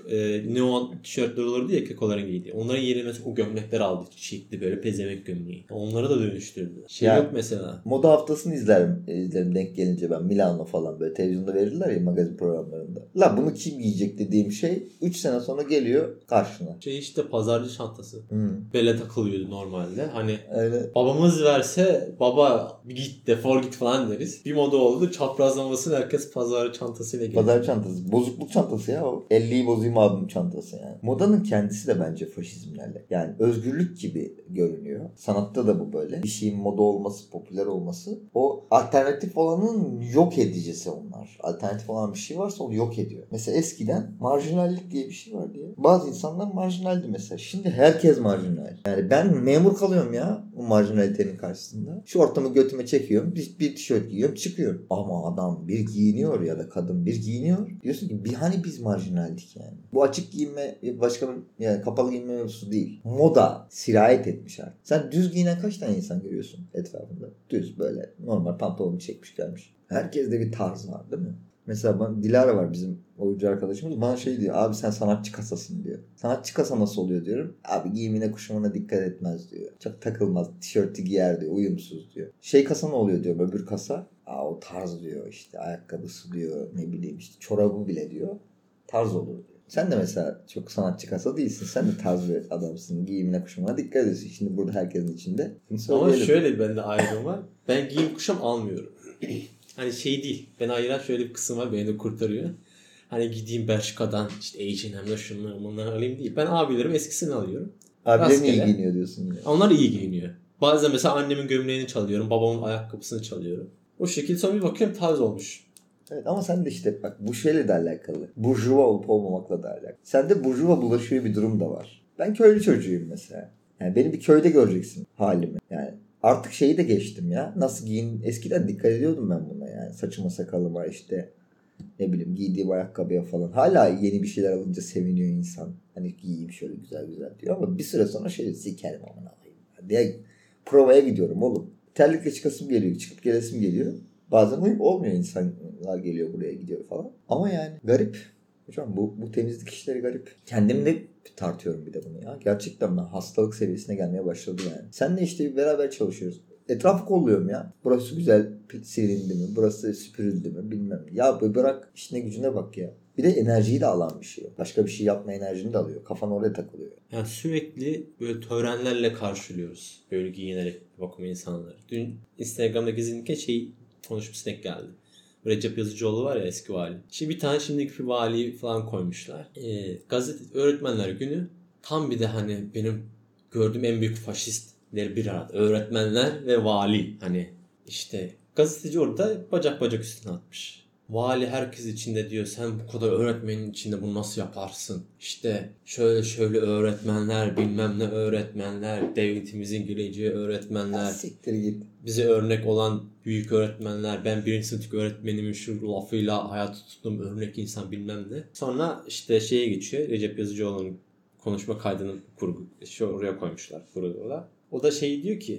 e, neon tişörtler olurdu ya kekoların giydiği. Onların yerine mesela o gömlekler aldı. Çiçekli böyle pezevenk gömleği. Onları da dönüştürdü. Şey Ya, yok mesela. Moda haftasını izlerim, izlerim denk gelince ben. Milano falan böyle televizyonda verirler ya magazin programlarında. La bunu kim giyecek dediğim şey üç sene sonra geliyor karşına. Şey işte pazarcı çantası. Hmm. Bele takılıyordu normalde. Hani Öyle. babamız verse baba git defol git falan deriz. Bir moda oldu. Çaprazlamasını herkes pazarcı çantasıyla geziyor. Pazar çantası. Bozukluk çantası ya o. elliyi bozayım abim çantası yani. Modanın kendisi de bence faşizmlerle. Yani özgürlük gibi görünüyor. Sanatta da bu böyle. Bir şeyin moda olması, popüler olması. O alternatif olanın yok edicisi onlar. Alternatif olan bir şey varsa onu yok ediyor. Mesela eskiden marjinallik diye bir şey vardı ya. Bazı insanlar marjinaldi mesela. Şimdi herkes marjinal. Yani ben memur kalıyorum ya o marjinalitenin karşısında. Şu ortamı götüme çekiyorum. Bir, bir tişört giyiyorum çıkıyorum. Ama adam bir giyiniyor ya da kadın bir giyiniyor. Diyorsun ki bir hani biz marjinaldik yani. Bu açık giyinme başka bir yani kapalı giyinme mevzusu değil. Moda sirayet etmiş artık. Sen düz giyinen kaç tane insan görüyorsun etrafında? Düz böyle normal pantolonu çekmiş gelmiş. Herkeste bir tarz var değil mi? Mesela ben, Dilara var bizim oyuncu arkadaşımız. Bana şey diyor. Abi sen sanatçı kasasın diyor. Sanatçı kasa nasıl oluyor diyorum. Abi giyimine kuşamına dikkat etmez diyor. Çok takılmaz. Tişörtü giyer diyor. Uyumsuz diyor. Şey kasa ne oluyor diyor. Öbür kasa. Aa o tarz diyor işte. Ayakkabısı diyor. Ne bileyim işte. Çorabı bile diyor. Tarz olur diyor. Sen de mesela çok sanatçı kasa değilsin. Sen de tarz bir adamsın. Giyimine kuşamına dikkat ediyorsun. Şimdi burada herkesin içinde. Ama şöyle bir bende ayrım var. Ben giyim kuşam almıyorum. Hani şey değil. Beni ayıran şöyle bir kısım var. Beni de kurtarıyor. Hani gideyim Bershka'dan işte H and M'de şunları bunları alayım değil. Ben abilerim eskisini alıyorum. Abilerin iyi giyiniyor diyorsun. Yani. Onlar iyi giyiniyor. Bazen mesela annemin gömleğini çalıyorum. Babamın ayakkabısını çalıyorum. O şekilde sonra bir bakıyorum tarz olmuş. Evet ama sen de işte bak bu şeyle de alakalı. Burjuva olup olmamakla da alakalı. Sende burjuva bulaşıyor bir durum da var. Ben köylü çocuğuyum mesela. Yani beni bir köyde göreceksin halimi. Yani artık şeyi de geçtim ya. Nasıl giyin? Eskiden dikkat ediyordum ben buna yani. Saçıma sakalıma işte ne bileyim giydiğim ayakkabıya falan. Hala yeni bir şeyler alınca seviniyor insan. Hani giyeyim şöyle güzel güzel diyor ama bir süre sonra şöyle sikerim aman alayım diye provaya gidiyorum oğlum. Terlikle çıkasım geliyor. Çıkıp gelesim geliyor. Bazen uyum olmuyor, insanlar geliyor buraya gidiyor falan. Ama yani garip. Hocam bu, bu temizlik işleri garip. Kendim de tartıyorum bir de bunu ya. Gerçekten ben hastalık seviyesine gelmeye başladı yani. Seninle işte beraber çalışıyoruz. Etrafı kolluyorum ya. Burası güzel silindi mi? Burası süpürüldü mü? Bilmem. Ya bırak işine gücüne bak ya. Bir de enerjiyi de alan bir şey. Başka bir şey yapma enerjini de alıyor. Kafan oraya takılıyor. Yani sürekli böyle törenlerle karşılıyoruz. Böyle giyinerek bakım insanları. Dün Instagram'da gezinirken şey konuşması denk geldi. Recep Yazıcıoğlu var ya eski vali. Şimdi bir tane şimdiki bir vali falan koymuşlar. Ee, gazete öğretmenler günü tam bir de hani benim gördüğüm en büyük faşistleri bir arada. Öğretmenler ve vali. Hani işte gazeteci orada bacak bacak üstüne atmış. Vali herkes içinde diyor sen bu kadar öğretmenin içinde bunu nasıl yaparsın? İşte şöyle şöyle öğretmenler bilmem ne öğretmenler devletimizin geleceği öğretmenler. Siktir git. Bize örnek olan büyük öğretmenler ben birinci sınıf öğretmenimin şu lafıyla hayatı tuttuğum örnek insan bilmem ne. Sonra işte şeye geçiyor Recep Yazıcıoğlu'nun konuşma kaydını kurgu, şu oraya koymuşlar kurguda. O da şey diyor ki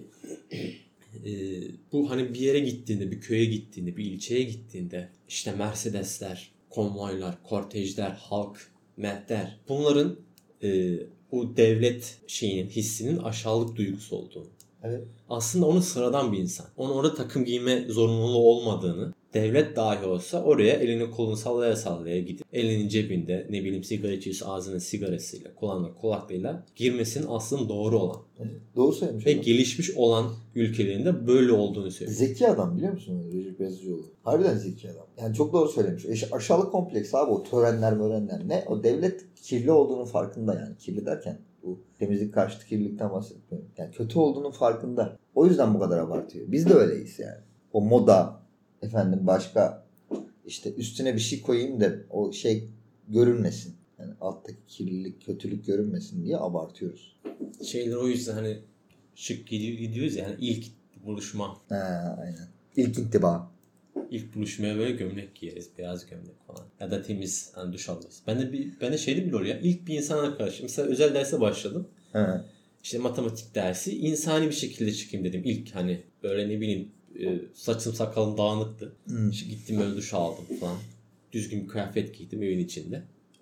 Ee, bu hani bir yere gittiğinde, bir köye gittiğinde, bir ilçeye gittiğinde işte Mercedesler, konvoylar, kortejler, halk, mehter bunların e, o devlet şeyinin, hissinin aşağılık duygusu olduğunu. Evet. Aslında onu sıradan bir insan. Onun orada takım giyme zorunluluğu olmadığını, devlet dahi olsa oraya elini kolunu sallaya sallaya gidip elinin cebinde ne bileyim sigara içiyorsa ağzının sigarasıyla, kulağına kulaklığıyla girmesinin aslında doğru olan. Evet, doğru söylemiş. Ve adam. gelişmiş olan ülkelerinde böyle olduğunu söylüyor. Zeki adam biliyor musun Recep Yazıcıoğlu? Harbiden zeki adam. Yani çok doğru söylemiş. Eş, aşağılık kompleks abi o törenler mörenler. Ne? O devlet kirli olduğunun farkında yani. Kirli derken bu temizlik karşıtı kirlilikten bahsetmiyorum. Yani kötü olduğunun farkında. O yüzden bu kadar abartıyor. Biz de öyleyiz yani. O moda efendim başka işte üstüne bir şey koyayım da o şey görünmesin. Yani alttaki kirlilik, kötülük görünmesin diye abartıyoruz. Şeyler o yüzden hani şık gidiyoruz yani ilk buluşma. Ha, aynen. İlk intiba. İlk buluşmaya böyle gömlek giyeriz. Beyaz gömlek falan. Ya da temiz hani duş alırız. Ben de bir ben de şeydi bile ya. İlk bir insana karşı. Mesela özel derse başladım. Ha. İşte matematik dersi. İnsani bir şekilde çıkayım dedim. İlk hani böyle ne bileyim saçım sakalım dağınıktı. Hmm. İşte gittim böyle duş aldım falan. Düzgün bir kıyafet giydim evin içinde.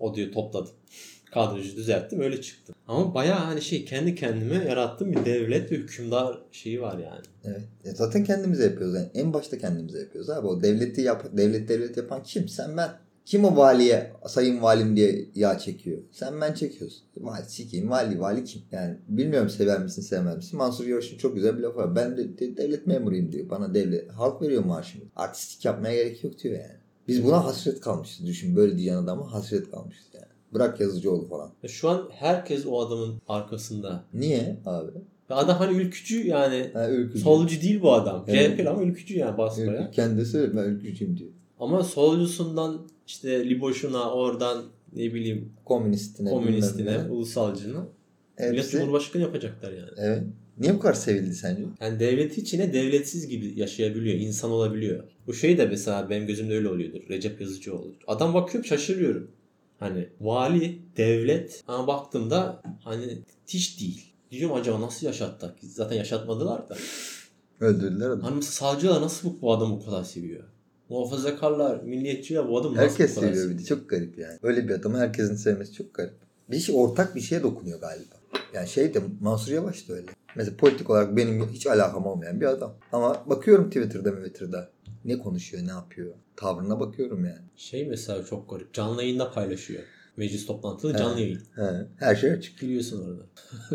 O diyor topladım. Kadrocu düzelttim öyle çıktım. Ama bayağı hani şey kendi kendime yarattığım bir devlet ve hükümdar şeyi var yani. Evet. E zaten kendimize yapıyoruz. Yani en başta kendimize yapıyoruz abi. O devleti yap, devlet devlet yapan kim? Sen ben. Kim o valiye sayın valim diye yağ çekiyor? Sen ben çekiyoruz. Vali sikeyim vali. Vali kim? Yani bilmiyorum sever misin sevmez misin? Mansur Yavaş'ın çok güzel bir lafı var. Ben de, de devlet memuruyum diyor. Bana devlet. Halk veriyor maaşımı. Artistik yapmaya gerek yok diyor yani. Biz buna hasret kalmışız. Düşün böyle diyen adama hasret kalmışız yani. Bırak Yazıcıoğlu falan. Şu an herkes o adamın arkasında. Niye abi? Adam hani ülkücü yani. Ha, ülkücü. Solcu değil bu adam. Evet. C H P'li ama ülkücü yani basbaya. Ülkü, kendisi ben ülkücüyüm diyor. Ama solcusundan işte Liboş'una oradan ne bileyim Komünistine, komünistine, ulusalcına millet cumhurbaşkanı yapacaklar yani. Evet. Niye bu kadar sevildi sence? Yani devleti içine devletsiz gibi yaşayabiliyor, insan olabiliyor. Bu şey de mesela benim gözümde öyle oluyordur. Recep Yazıcıoğlu. Adam bakıyorum şaşırıyorum. Hani vali, devlet ama baktığımda hani hiç değil. Diyorum acaba nasıl yaşattık? Zaten yaşatmadılar da. Öldürdüler adamı. Hani mesela savcılar nasıl bu, bu adamı bu kadar seviyor? Muhafazakarlar, milliyetçiler bu adamı nasıl Herkes bu kadar seviyor seviyor? bir de. Çok garip yani. Öyle bir adamı herkesin sevmesi çok garip. Bir şey ortak bir şeye dokunuyor galiba. Yani şey de Mansur Yavaş da öyle. Mesela politik olarak benim hiç alakam olmayan bir adam. Ama bakıyorum Twitter'da Twitter'da. Ne konuşuyor, ne yapıyor? Tavrına bakıyorum yani. Şey mesela çok garip. Canlı yayında paylaşıyor. Meclis toplantılı canlı yayın. He, her şey açık. Biliyorsun orada.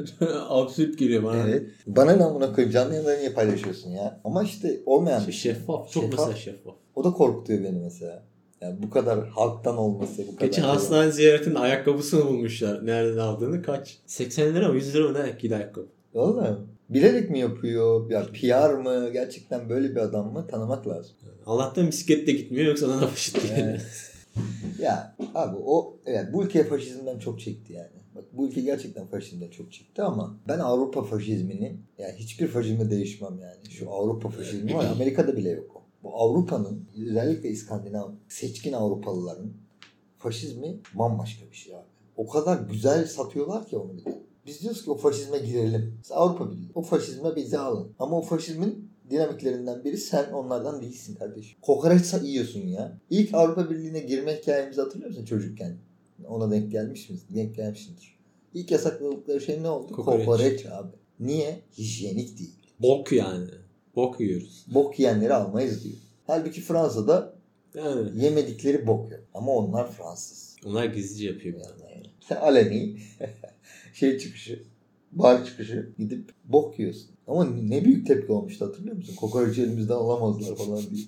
Absürt geliyor bana. Evet. Bana ne amına koyayım canlı yayınları niye paylaşıyorsun ya? Ama işte olmayan bir şey. Şeffaf. Çok Şeffaf. mesela şeffaf. O da korkutuyor beni mesela. Yani bu kadar halktan olması, bu kadar... Geçen hastane ziyaretinde ayakkabısını bulmuşlar. Nereden aldığını kaç? seksen lira mı yüz lira mı ne gidi ayakkabı? Vallahi bilerek mi yapıyor? Ya P R mı? Gerçekten böyle bir adam mı? Tanımak lazım. Allah'tan bisikletle gitmiyor yoksa ona da faşist yani. Evet. Ya abi o evet bu ülke faşizmden çok çekti yani. Bak bu ülke gerçekten faşizmden çok çekti ama ben Avrupa faşizmini yani hiçbir faşizme değişmem yani. Şu Avrupa faşizmi var. Amerika'da bile yok o. Bu Avrupa'nın özellikle İskandinav seçkin Avrupalıların faşizmi bambaşka bir şey abi. O kadar güzel satıyorlar ki onu bir de. Biz diyoruz ki o faşizme girelim. Mesela Avrupa Birliği. O faşizme bizi alın. Ama o faşizmin dinamiklerinden biri sen onlardan değilsin kardeşim. Kokoreç yiyorsun ya. İlk Avrupa Birliği'ne girme hikayemizi hatırlıyor musun çocukken? Ona denk gelmiş misin? Denk gelmişsindir. İlk yasakladıkları şey ne oldu? Kokoreç. Kokoreç abi. Niye? Hijyenik değil. Bok yani. Bok yiyoruz. Bok yiyenleri almayız diyor. Halbuki Fransa'da Yani. yemedikleri bok yok. Ama onlar Fransız. Onlar gizlice yapıyor bir Yani. Sen aleni şey çıkışı, bar çıkışı gidip bok yiyorsun. Ama ne büyük tepki olmuştu hatırlıyor musun? Kokoreçi elimizden alamazlar falan diye.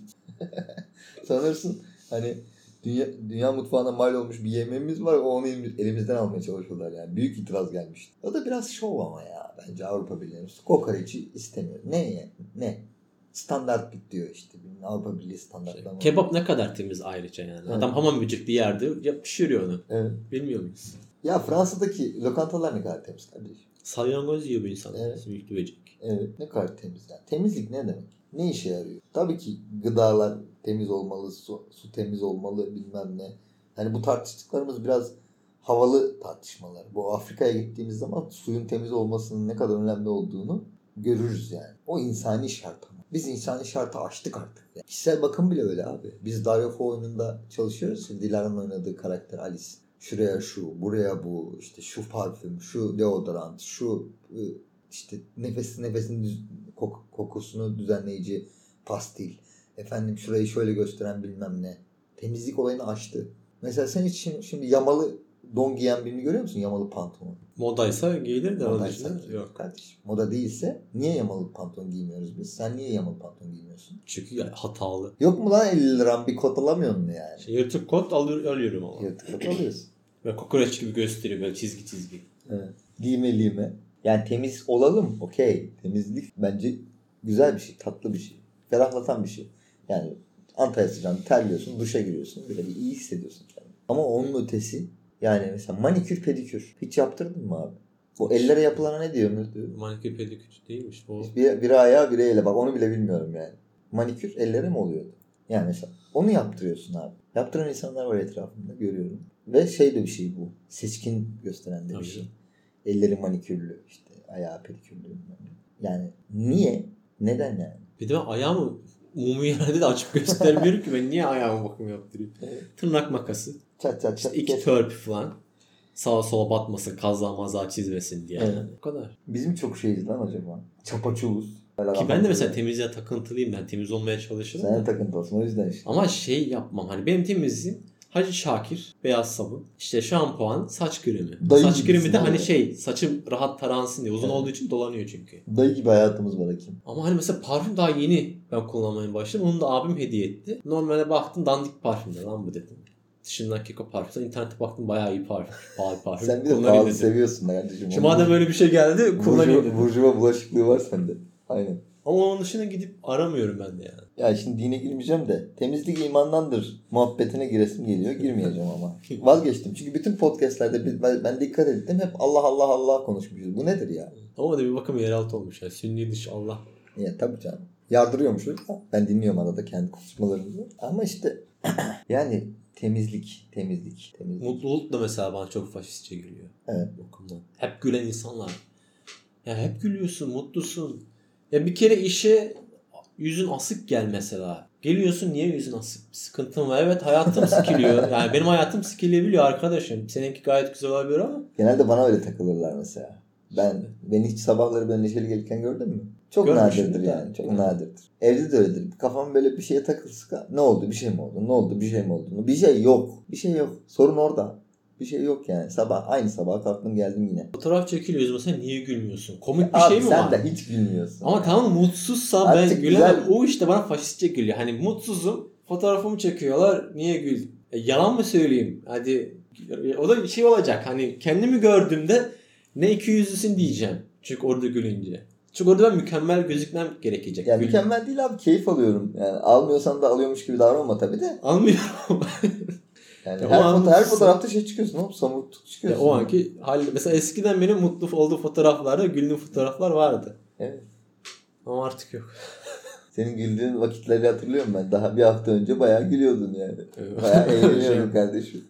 Sanırsın hani dünya, dünya mutfağına mal olmuş bir yemeğimiz var onu elimizden almaya çalışıyorlar yani. Büyük itiraz gelmişti. O da biraz şov ama ya bence Avrupa Birliği. Kokoreçi istemiyor. Ne yani? Ne? Standart bit diyor işte. Avrupa Birliği standartlarına. Kebap ne kadar temiz ayrıca yani. Evet. Adam hamam böcek bir yerde yap pişiriyor onu. Evet. Bilmiyor muyuz? Ya Fransa'daki lokantalar ne kadar temiz kardeşim? Salyangoz yiyor bu insanlar. Evet. Sümüklü böcek. Evet. Ne kadar temiz yani. Temizlik ne demek? Ne işe yarıyor? Tabii ki gıdalar temiz olmalı, su, su temiz olmalı bilmem ne. Hani bu tartıştıklarımız biraz havalı tartışmalar. Bu Afrika'ya gittiğimiz zaman suyun temiz olmasının ne kadar önemli olduğunu görürüz yani. O insani şart ama. Biz insani şartı aştık artık. Yani kişisel bakım bile öyle abi. Biz Dario Fo oyununda çalışıyoruz. Dilara'nın oynadığı karakter Alice. Şuraya şu, buraya bu, işte şu parfüm, şu deodorant, şu işte nefes nefesin düz, kok, kokusunu düzenleyici pastil. Efendim şurayı şöyle gösteren bilmem ne. Temizlik olayını aştı. Mesela sen hiç şimdi, şimdi yamalı don giyen birini görüyor musun? Yamalı pantolon. Modaysa giyilir de onun Modaysa dışında yok. Kardeşim. Moda değilse niye yamalı pantolon giymiyoruz biz? Sen niye yamalı pantolon giymiyorsun? Çünkü hatalı. Yok mu lan elli liram bir kot alamıyor musun yani? Şey, yırtık kot alır, alıyorum ama. Yırtık kot alıyorsun. Ve kokoreç gibi gösteriyor böyle çizgi çizgi. Evet. Lime lime. Yani temiz olalım. Okey. Temizlik bence güzel bir şey. Tatlı bir şey. Ferahlatan bir şey. Yani Antalya sıcağında terliyorsun. Duşa giriyorsun. Böyle bir iyi hissediyorsun kendini. Ama onun ötesi yani mesela manikür pedikür. Hiç yaptırdın mı abi? Bu ellere yapılana ne diyor? Manikür pedikür değilmiş bu. Bir, bir ayağı bir elle. Bak onu bile bilmiyorum yani. Manikür ellere mi oluyordu? Yani mesela onu yaptırıyorsun abi. Yaptıran insanlar var etrafımda görüyorum. Ve şey de bir şey bu. Seçkin gösteren de bir şey. Elleri manikürlü, işte ayağı pedikürlü. Yani niye? Neden yani? Bir de ben ayağımı umumi yerde de açıp göstermiyorum ki ben niye ayağıma bakım yaptırayım? Evet. Tırnak makası. Çat çat İşte çat. iki kes. törpü falan. Sağa sola batmasın, kaza maza çizmesin diye. Evet. Yani. O kadar. Bizim çok şeyiz lan acaba. Çapaçuluz. Ki ben de mesela temizliğe takıntılıyım. Ben temiz olmaya çalışırım Sen da. de takıntılısın o yüzden işte. Ama şey yapmam. Hani benim temizliğim Hacı Şakir, beyaz sabun, işte şampuan, saç kremi. Dayı saç kremi gibisin de hani abi. şey, saçım rahat taransın diye. Uzun Evet. olduğu için dolanıyor çünkü. Dayı gibi hayatımız var Hakim. Ama hani mesela parfüm daha yeni ben kullanmaya başladım. Onu da abim hediye etti. Normalde baktım dandik parfümde lan bu dedim. Dışından keko parfüm. Sonra internete baktım bayağı iyi parfüm. Pahalı parfüm. Sen bir de Kullanayım pahalı dedim. seviyorsun da kardeşim. Şimdi madem öyle bir şey geldi kullanayım dedim. Burjuva bulaşıklığı var sende. Aynen. Ama onun dışına gidip aramıyorum ben de yani. Ya şimdi dine girmeyeceğim de temizlik imandandır muhabbetine giresim geliyor. Girmeyeceğim ama. Vazgeçtim. Çünkü bütün podcastlerde biz- ben, ben dikkat ettim. Hep Allah Allah Allah konuşmuşuz. Bu nedir ya? Ama da bir bakım yeraltı olmuş. Yani. Sünni dış Allah. Ya tabii canım. Yardırıyormuşuz. Ben dinliyorum arada kendi konuşmalarımızı. Ama işte yani temizlik, temizlik, temizlik. Mutluluk da mesela bana çok faşistçe geliyor. Evet. Bakımdan. Hep gülen insanlar. Ya hep gülüyorsun, mutlusun. Ya bir kere işe yüzün asık gel mesela. Geliyorsun niye yüzün asık? Bir sıkıntın var. Evet hayatım sıkılıyor. Yani benim hayatım sıkılabiliyor arkadaşım. Seninki gayet güzel olabilir ama. Genelde bana öyle takılırlar mesela. Ben beni hiç sabahları böyle neşeli gelirken gördün mü? Çok Görmüşüm nadirdir de. yani. Çok nadirdir. Evde de öyledir. Kafam böyle bir şeye takılsa ne oldu? Bir şey mi oldu? Ne oldu? Bir şey mi oldu? Bir şey yok. Bir şey yok. Sorun orada. Bir şey yok yani. Sabah aynı sabah kalktım geldim yine. Fotoğraf çekiliyoruz mesela niye gülmüyorsun? Komik bir Abi şey mi sen var? de hiç gülmüyorsun. Ama yani. tamam mutsuzsa Artık ben gülemem. güzel. O işte bana faşistçe gülüyor. Hani mutsuzum. Fotoğrafımı çekiyorlar. Niye gül? E, yalan mı söyleyeyim? Hadi o da bir şey olacak. Hani kendimi gördüğümde ne iki yüzlüsün diyeceğim. Çünkü orada gülünce. Çünkü orada ben mükemmel gözükmem gerekecek. Yani Gül- mükemmel değil abi. Keyif alıyorum. Yani almıyorsan da alıyormuş gibi davranma tabii de. Almıyorum. Yani Ya her, o an- foto, her fotoğrafta şey çıkıyorsun oğlum. Samurtuk Ya çıkıyorsun. o anki hal mesela eskiden benim mutlu olduğu fotoğraflarda güldüğüm fotoğraflar vardı. Evet. Ama artık yok. Senin güldüğün vakitleri hatırlıyorum ben. Daha bir hafta önce bayağı gülüyordun yani. Evet. Bayağı eğleniyordun kardeşim.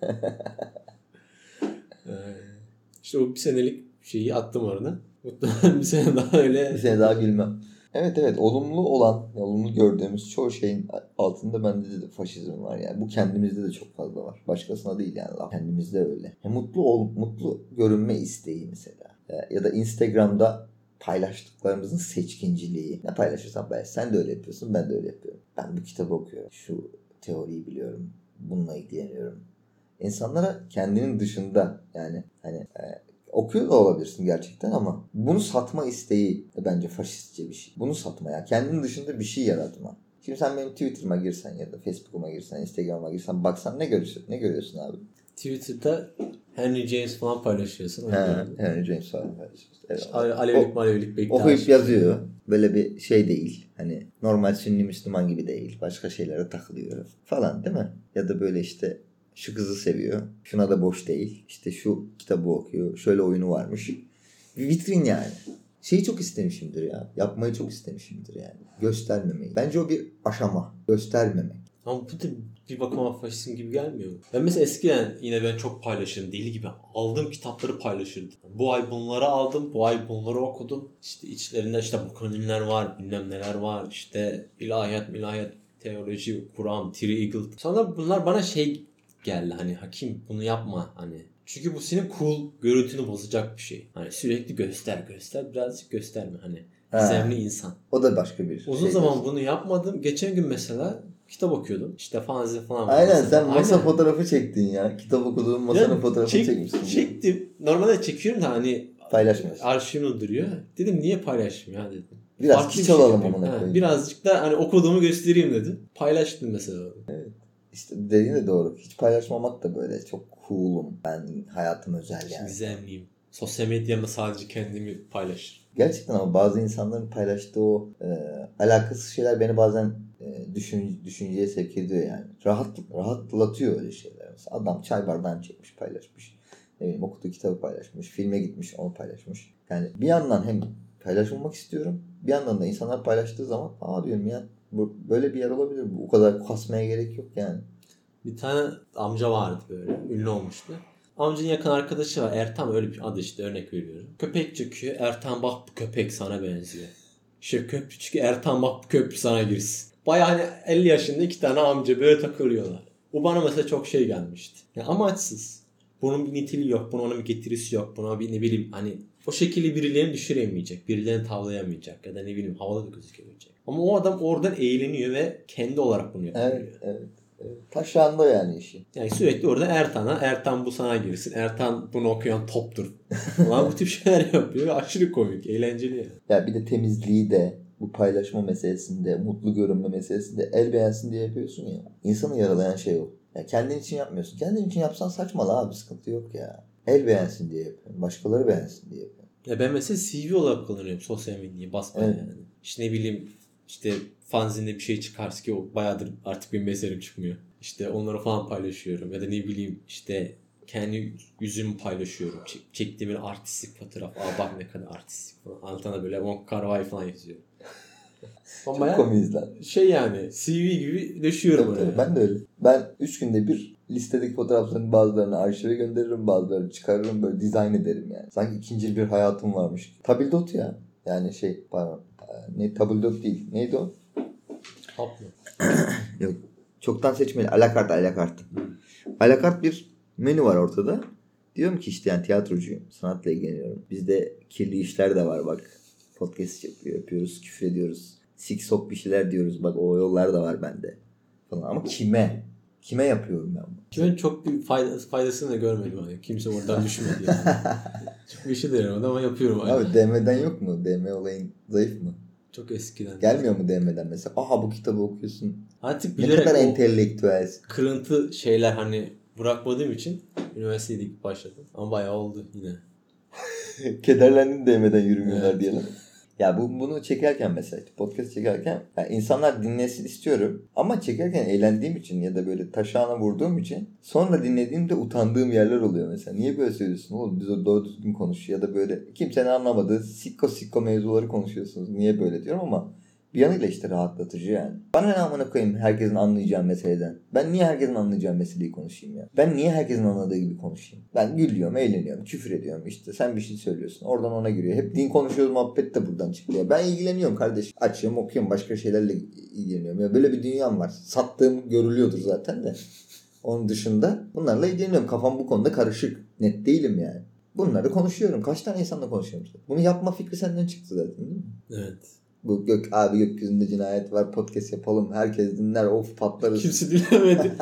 Ee, İşte o bir senelik şeyi attım orada. Muhtemelen bir sene daha öyle. Bir sene daha gülmem. Evet evet olumlu olan, olumlu gördüğümüz çoğu şeyin altında bende de faşizm var yani. Bu kendimizde de çok fazla var. Başkasına değil yani. Kendimizde öyle. Ya mutlu ol, mutlu görünme isteği mesela. Ya, ya da Instagram'da paylaştıklarımızın seçkinciliği. Ne paylaşırsan paylaş. Sen de öyle yapıyorsun, ben de öyle yapıyorum. Ben bu kitabı okuyorum. Şu teoriyi biliyorum. Bununla ilgileniyorum. İnsanlara kendinin dışında yani hani e, okuyor da olabilirsin gerçekten ama bunu satma isteği de bence faşistçe bir şey. Bunu satma ya. Kendinin dışında bir şey yaratma. Şimdi sen benim Twitter'ıma girsen ya da Facebook'uma girsen, Instagram'ıma girsen baksan ne görüyorsun? Ne görüyorsun abi? Twitter'da Henry James falan paylaşıyorsun. He, Henry James falan paylaşıyorsun. Evet. Ale- Alevlik malevlik bektaş. Okuyup yazıyor. Böyle bir şey değil. Hani normal Sünni Müslüman gibi değil. Başka şeylere takılıyor falan değil mi? Ya da böyle işte şu kızı seviyor. Şuna da boş değil. İşte şu kitabı okuyor. Şöyle oyunu varmış. Bir vitrin yani. Şeyi çok istemişimdir ya. Yapmayı çok istemişimdir yani. Göstermemeyi. Bence o bir aşama. Göstermemek. Ama bu da bir bakıma faşizm gibi gelmiyor mu? Ben mesela eskiden yine ben çok paylaşırım. Deli gibi. Aldığım kitapları paylaşırdım. Bu ay bunları aldım. Bu ay bunları okudum. İşte içlerinde işte bukanimler var. Bilmem neler var. İşte ilahiyat, milahiyat, teoloji, Kur'an, Tri Eagle. Sonra bunlar bana şey geldi. Hani Hakim bunu yapma hani. Çünkü bu senin cool görüntünü bozacak bir şey. Hani sürekli göster göster. Birazcık gösterme hani. Gizemli insan. O da başka bir Uzun şey. zaman bunu yapmadım. Geçen gün mesela kitap okuyordum. İşte fanzine falan var. Aynen mesela. sen masa Aynen. fotoğrafı çektin ya. Kitap okuduğun masanın Yani fotoğrafını çek- çekmişsin. Çektim. Normalde çekiyorum da hani Paylaşmıyorsun. arşivimde duruyor. Dedim niye paylaşmıyorum ya dedim. Biraz Farklı kiç bir şey olalım yapayım. amına Ha, koyayım. Birazcık da hani okuduğumu göstereyim dedim. Paylaştım mesela. İşte dediğin de doğru. Hiç paylaşmamak da böyle çok cool'um. Ben hayatım özel yani. Gizemliyim. Sosyal medyamda sadece kendimi paylaşırım. Gerçekten ama bazı insanların paylaştığı o e, alakasız şeyler beni bazen e, düşün, düşünceye sevk ediyor yani. Rahat, rahatlatıyor öyle şeyler. Mesela adam çay bardağını çekmiş paylaşmış. Ne bileyim okuduğu kitabı paylaşmış. Filme gitmiş onu paylaşmış. Yani bir yandan hem paylaşılmak istiyorum. Bir yandan da insanlar paylaştığı zaman aa diyorum ya bu, böyle bir yer olabilir. Bu kadar kasmaya gerek yok yani. Bir tane amca vardı böyle. Ünlü olmuştu. Amcanın yakın arkadaşı var. Ertan öyle bir adı işte örnek veriyorum. Köpek çıkıyor. Ertan bak bu köpek sana benziyor. İşte köprü çıkıyor. Ertan bak bu köprü sana girsin. Baya hani elli yaşında iki tane amca böyle takılıyorlar. O bana mesela çok şey gelmişti. Yani amaçsız. Bunun bir niteliği yok. Bunun ona bir getirisi yok. Buna bir ne bileyim hani o şekilde birilerini düşüremeyecek. Birilerini tavlayamayacak. Ya da ne bileyim havada da gözükemeyecek. Ama o adam oradan eğleniyor ve kendi olarak bunu yapıyor. Evet, evet. evet. Taşağında yani işi. Yani sürekli orada Ertan'a, Ertan bu sana girsin. Ertan bunu okuyan toptur. Falan bu tip şeyler yapıyor ve aşırı komik, eğlenceli yani. Ya bir de temizliği de bu paylaşma meselesinde, mutlu görünme meselesinde el beğensin diye yapıyorsun ya. İnsanı yaralayan şey o. Ya kendin için yapmıyorsun. Kendin için yapsan saçmalı abi, sıkıntı yok ya. El beğensin diye yapıyorum. Başkaları beğensin diye yapıyorum. Ya ben mesela C V olarak kullanıyorum sosyal medyayı basmaya Evet. yani. İşte ne bileyim işte fanzinde bir şey çıkarsa ki o bayağıdır artık benim eserim çıkmıyor. İşte onları falan paylaşıyorum. Ya da ne bileyim işte kendi yüzümü paylaşıyorum. Çek, çektiğim bir artistik fotoğraf. Aa bak ne kadar artistik falan. Altına böyle Wong Kar-wai falan yazıyor. Çok komiyiz lan. Şey yani C V gibi düşüyorum Tabii, oraya. tabii, ben de öyle. Ben üç günde bir listedeki fotoğrafların bazılarını arşive gönderirim, bazılarını çıkarırım, böyle dizayn ederim yani. Sanki ikinci bir hayatım varmış. Tabildot ya. Yani şey pardon. Ne tabildot değil. Neydi o? Hap mı? Yok. Çoktan seçmeli. Alakart, alakart. Alakart bir menü var ortada. Diyorum ki işte yani tiyatrocuyum. Sanatla ilgileniyorum. Bizde kirli işler de var bak. Podcast yapıyor, yapıyoruz, küfür ediyoruz. Sik sok bir şeyler diyoruz. Bak o yollar da var bende. Falan. Ama kime? Kime yapıyorum ben bunu? Ben çok bir faydası, faydasını da görmedim. Hani. Kimse oradan düşmedi yani. Çok bir şey de yaramadı ama yapıyorum. Abi Aynen. D M'den yok mu? D M olayın zayıf mı? Çok eskiden. Gelmiyor mu D M'den mesela? Aha bu kitabı okuyorsun. Artık Ne bilerek kadar o entelektüelsin. kırıntı şeyler hani bırakmadığım için üniversitede ilk başladım. Ama bayağı oldu yine. Kederlendin D M'den yürümüyorlar Evet. diyelim. Ya bu, bunu çekerken mesela podcast çekerken yani insanlar dinlesin istiyorum ama çekerken eğlendiğim için ya da böyle taşağına vurduğum için sonra dinlediğimde utandığım yerler oluyor mesela. Niye böyle söylüyorsun oğlum, biz o doğru düzgün konuş ya da böyle kimsenin anlamadığı sikko sikko mevzuları konuşuyorsunuz. Niye böyle diyorum ama bir yanıyla işte rahatlatıcı yani. Bana ne amına koyayım herkesin anlayacağı meseleden. Ben niye herkesin anlayacağı meseleyi konuşayım ya? Ben niye herkesin anladığı gibi konuşayım? Ben gülüyorum, eğleniyorum, küfür ediyorum işte. Sen bir şey söylüyorsun. Oradan ona giriyor. Hep din konuşuyoruz, muhabbet de buradan çıkıyor. Ben ilgileniyorum kardeş. Açıyorum, okuyorum. Başka şeylerle ilgileniyorum. Ya böyle bir dünyam var. Sattığım görülüyordur zaten de. Onun dışında bunlarla ilgileniyorum. Kafam bu konuda karışık. Net değilim yani. Bunları konuşuyorum. Kaç tane insanla konuşuyorum işte. Bunu yapma fikri senden çıktı zaten değil mi? Evet. Bu gök abi gökyüzünde cinayet var, podcast yapalım, herkes dinler, of patlarız. Kimse dinlemedi.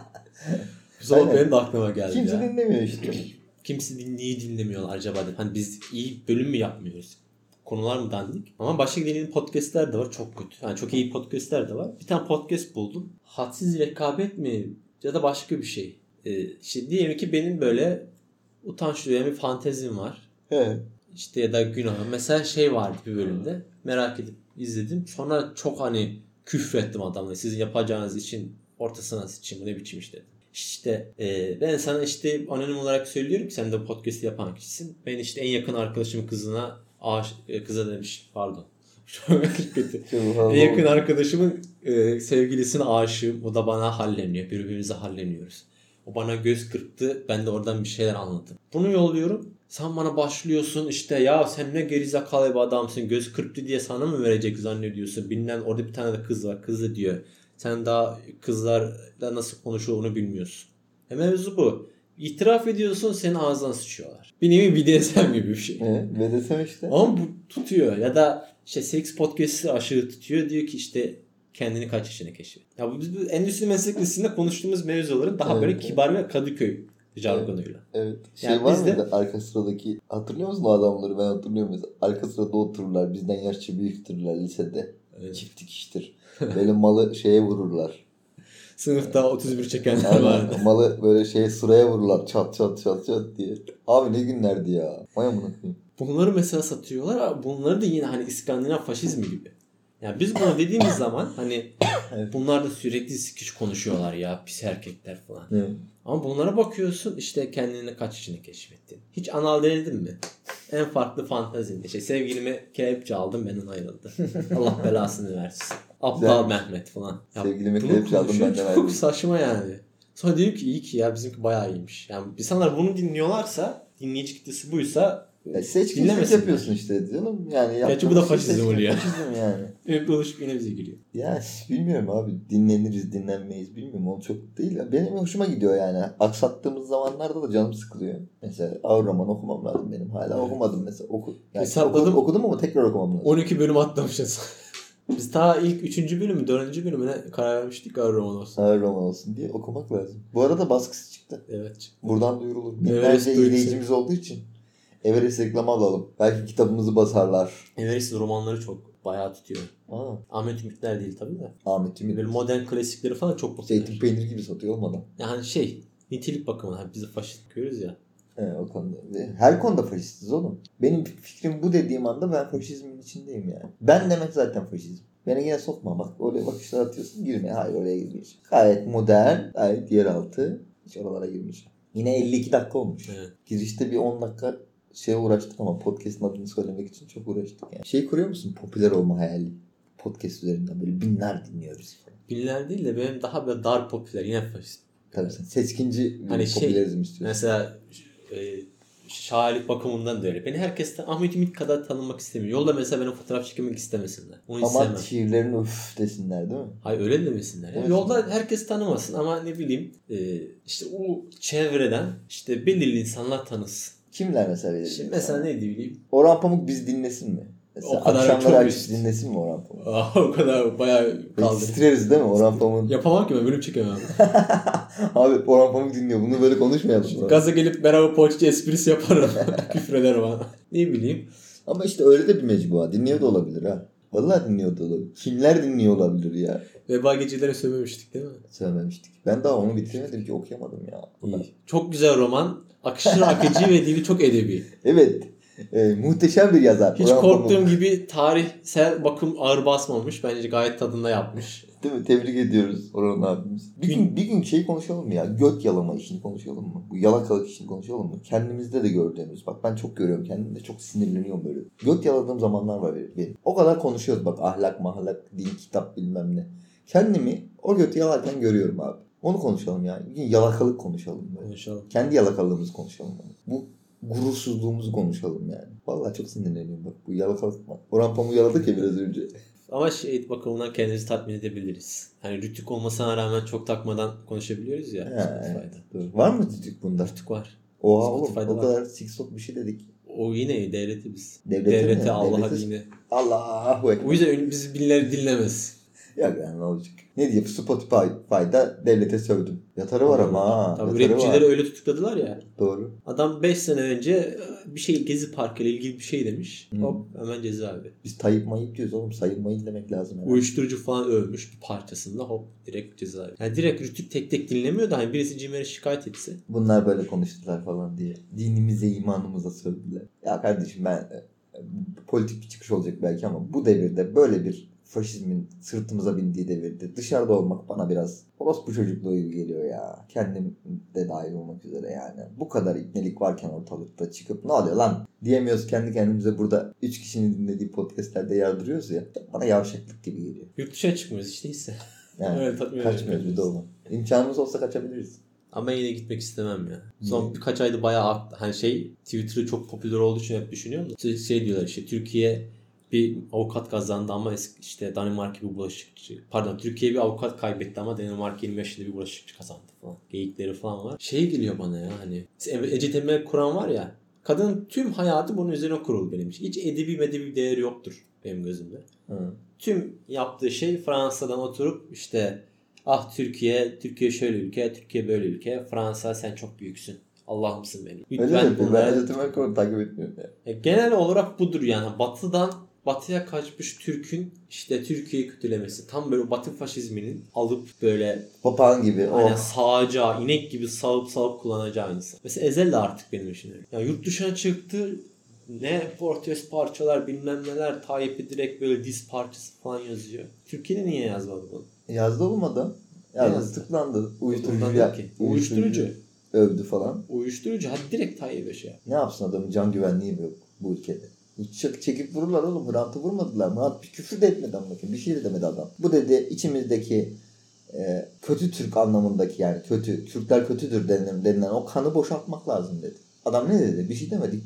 Bu zaman Aynen. benim de aklıma geldi Kimse ya. dinlemiyor işte. Kimse din- niye dinlemiyorlar acaba? Hani biz iyi bölüm mü yapmıyoruz? Konular mı dandik? Ama başka dinlediğim podcastler de var çok kötü. Yani çok iyi podcastler de var. Bir tane podcast buldum. Hadsiz rekabet mi? Ya da başka bir şey. Ee, işte diyelim ki benim böyle utanç duyan bir fantezim var. He. İşte ya da günah. Mesela şey vardı bir bölümde. Merak edip izledim. Sonra çok hani küfrettim adamla. Sizin yapacağınız için ortasına sıçayım. Bu ne biçim işte. İşte e, ben sana işte anonim olarak söylüyorum ki sen de podcast yapan kişisin. Ben işte en yakın arkadaşımın kızına aş e, kıza demiş pardon. Çok kötü. En yakın arkadaşımın e, sevgilisine aşığım. O da bana halleniyor. Birbirimize halleniyoruz. O bana göz kırptı. Ben de oradan bir şeyler anlattım. Bunu yolluyorum. Sen bana başlıyorsun işte ya sen ne gerizekalı bir adamsın. Göz kırptı diye sana mı verecek zannediyorsun? Bilmem orada bir tane de kız var. Kız da diyor. Sen daha kızlarla nasıl konuşuyor onu bilmiyorsun. E mevzu bu. İtiraf ediyorsun senin ağzından sıçıyorlar. Bir nevi B D S M gibi bir şey. Evet, B D S M işte. Ama bu tutuyor. Ya da işte seks podcast'ı aşırı tutuyor. Diyor ki işte kendini kaç yaşına keşfet. Ya bu, bu endüstri meslek lisesinde konuştuğumuz mevzuların daha Evet, böyle evet. kibar ve Kadıköy jargonuyla. Evet. Şey Yani var bizde- mıydı arka sıradaki, hatırlıyor musun o adamları? Ben hatırlıyorum mesela. Arka sırada otururlar. Bizden yaşça büyüktürler lisede. Evet. Çift dikiştir. Böyle malı şeye vururlar. Sınıfta otuz bir çekenler Aynen. vardı. Malı böyle şeye sıraya vururlar. Çat çat çat çat diye. Abi ne günlerdi ya. Vay amına koyayım. Bunları mesela satıyorlar ama bunları da yine hani İskandinav faşizmi gibi. Yani biz bunu dediğimiz zaman hani Evet. bunlar da sürekli sikiş konuşuyorlar ya pis erkekler falan. Evet. Ama bunlara bakıyorsun işte kendini kaç yaşını keşfettin. Hiç anal denedin mi? En farklı fantezinde. İşte sevgilime kelepçe aldım benden ayrıldı. Allah belasını versin. Aptal Güzel. Mehmet falan. Ya Sevgilime bunu kelepçe aldım konuşuyor, benden çok ayrıldı. saçma yani. Sonra diyor ki iyi ki ya bizimki bayağı iyiymiş. Yani insanlar bunu dinliyorlarsa dinleyici kitlesi buysa Ya seçkinlik yapıyorsun işte canım. Yani Gerçi bu da faşizm oluyor. Faşizm yani. Hep dolaşıp yine bize giriyor. Ya bilmiyorum abi. Dinleniriz dinlenmeyiz bilmiyorum. O çok değil. Benim hoşuma gidiyor yani. Aksattığımız zamanlarda da canım sıkılıyor. Mesela ağır roman okumam lazım benim. Hala evet. Okumadım mesela. Oku, yani Hesapladım. Okudum ama tekrar okumam lazım. on iki bölüm atlamışız. Biz daha ilk üçüncü bölümü, dördüncü bölümüne karar vermiştik ağır roman olsun. Ağır roman olsun diye okumak lazım. Bu arada baskısı çıktı. Evet çıktı. Buradan duyurulur. Binlerce izleyicimiz olduğu için Everest reklamı alalım. Belki kitabımızı basarlar. Everest'in romanları çok bayağı tutuyor. Aa. Ahmet Ümitler değil tabii de. Ahmet Ümit. Böyle modern klasikleri falan çok popüler. Zeytin peyniri gibi satıyor olmadan. Yani şey, nitelik bakımından biz de faşist görüyoruz ya. He, o konuda. Her konuda faşistiz oğlum. Benim fikrim bu dediğim anda ben faşizmin içindeyim yani. Ben demek zaten faşizm. Beni yine sokma bak. Oraya bakışlar atıyorsun. Girme. Hayır oraya girmeyeceğim. Gayet modern. Gayet yeraltı. Hiç oralara girmeyeceğim. Yine elli iki dakika olmuş. Evet. Girişte bir on dakika şeye uğraştık ama podcast'ın adını söylemek için çok uğraştık yani. Şey kuruyor musun? Popüler olma hayali. Podcast üzerinden böyle binler dinliyoruz falan. Binler değil de benim daha böyle dar popüler. Yine faşist. Tabii sen seçkinci hani popülerizm şey, istiyorsun. Mesela e, şairlik bakımından da öyle. Beni herkesten Ahmet Ümit kadar tanımak istemiyor. Yolda mesela benim fotoğraf çekmek istemesinler. Onu ama istemem. şiirlerini üf desinler değil mi? Hayır öyle demesinler. Yani yolda herkes tanımasın ama ne bileyim e, işte o çevreden işte belirli insanlar tanısın. Kimler mesela belirli? Şimdi mesela ne diyeyim? Orhan Pamuk biz dinlesin mi? Mesela o kadar akşamları çok açıp dinlesin mi Orhan Pamuk? Aa, o kadar bayağı kaldı. Titreriz değil mi Orhan Pamuk'un? Yapamam ki ben bölüm çekemem. Abi Orhan Pamuk dinliyor. Bunu böyle konuşmayalım. Gaza gelip merhaba poğaçacı esprisi yaparım. Küfreder bana. Ne bileyim. Ama işte öyle de bir mecbua. Dinliyor da olabilir ha. Vallahi dinliyor da olabilir. Kimler dinliyor olabilir ya? Veba geceleri sövmemiştik değil mi? Sövmemiştik. Ben daha onu bitiremedim ki okuyamadım ya. İyi. Çok güzel roman. Akışı akıcı ve dili çok edebi. Evet. E, muhteşem bir yazar. Hiç Orhan korktuğum Pamuk. gibi tarihsel bakım ağır basmamış. Bence gayet tadında yapmış. Değil mi? Tebrik ediyoruz Orhan abimiz. Bir gün, bir gün şey konuşalım mı ya? Göt yalama işini konuşalım mı? Bu yalakalık işini konuşalım mı? Kendimizde de gördüğümüz. Bak ben çok görüyorum. Kendimde çok sinirleniyorum böyle. Göt yaladığım zamanlar var benim. O kadar konuşuyoruz bak ahlak mahlak, din, kitap bilmem ne. Kendimi o götü yalarken görüyorum abi. Onu konuşalım yani. Bir gün yalakalık konuşalım. Böyle. Konuşalım. Kendi yalakalığımızı konuşalım. Yani. Bu gurursuzluğumuzu konuşalım yani. Vallahi çok sinirleniyorum bak. Bu yalakalık var. Orhan Pamuk'u yaladık ya biraz önce. Ama şey bakımından kendimizi tatmin edebiliriz. Hani rütük olmasına rağmen çok takmadan konuşabiliyoruz ya. He, evet, doğru. Var mı rütük bunda? Rütük var. Oha oğlum o var. kadar siksok bir şey dedik. O yine devleti biz. Devleti Devleti mi? Allah'a Devleti... dini. Allahu Ekber. O yüzden biz birileri dinlemez. Ya yani ne olacak? Ne diyeyim Spotify'da devlete sövdüm. Yatarı var ama ha. Tabii rapçileri öyle tutukladılar ya. Doğru. Adam beş sene önce bir şey Gezi Parkı ile ilgili bir şey demiş. Hmm. Hop hemen cezaevi. Biz Tayyip Mayıp diyoruz oğlum. Sayılmayın demek lazım. Herhalde. Uyuşturucu falan övmüş bir parçasında hop direkt cezaevi. Yani direkt Rütük tek tek dinlemiyor da hani birisi Cimer'e şikayet etse. Bunlar böyle konuştular falan diye. Dinimize imanımıza sövdüler. Ya kardeşim ben politik bir çıkış olacak belki ama bu devirde böyle bir faşizmin sırtımıza bindiği devirde dışarıda olmak bana biraz orospu çocukluğu gibi geliyor ya. Kendim de dahil olmak üzere yani. Bu kadar iknelik varken ortalıkta çıkıp ne oluyor lan diyemiyoruz kendi kendimize burada üç kişinin dinlediği podcastlerde yardırıyoruz ya. Bana yavşaklık gibi geliyor. Yurt dışına çıkmıyoruz işte ise. Yani evet, kaçmıyoruz bir de olma. İmkanımız olsa kaçabiliriz. Ama ben yine gitmek istemem ya. Son hmm. birkaç ayda bayağı aktı. Hani şey Twitter'ı çok popüler olduğu için hep düşünüyorum da. Şey diyorlar işte Türkiye bir avukat kazandı ama işte Danimarka bir bulaşıkçı. Pardon Türkiye bir avukat kaybetti ama Danimarka yirmi yaşında bir bulaşıkçı kazandı falan. Geyikleri falan var. Şey geliyor bana ya hani. Ece Temel Kur'an var ya. Kadının tüm hayatı bunun üzerine kurulu benim için. Hiç edebi medebi bir değeri yoktur benim gözümde. Hı. Tüm yaptığı şey Fransa'dan oturup işte ah Türkiye, Türkiye şöyle ülke, Türkiye böyle ülke. Fransa sen çok büyüksün. Allah'ımsın benim. Öyle mi? Ben Ece Temel Kur'an'ı takip etmiyorum ya. Genel olarak budur yani. Batı'dan Batı'ya kaçmış Türk'ün işte Türkiye'yi kötülemesi. Tam böyle Batı faşizminin alıp böyle papağan gibi. Aynen oh. sağacağı, inek gibi sağıp sağıp kullanacağı insan. Mesela Ezel de artık benim için öyle. Yani yurt dışına çıktı. Ne protest parçalar bilmem neler. Tayyip'i direkt böyle diz parçası falan yazıyor. Türkiye'de niye yazmadı bunu? Yazdı olmadı. Yazdı, yazdı. Tıklandı. Uyuşturucu. Ya, uyuşturucu. Övdü falan. Uyuşturucu. Hadi direkt Tayyip'e şey yap. Ne yapsın adamın can güvenliği mi yok bu ülkede? Çek, çekip vururlar oğlum. Hrant'ı vurmadılar. Hrant bir küfür de etmedi ama bakayım. Bir şey de demedi adam. Bu dedi içimizdeki e, kötü Türk anlamındaki yani kötü. Türkler kötüdür denilen, denilen o kanı boşaltmak lazım dedi. Adam ne dedi? Bir şey demedi. Çak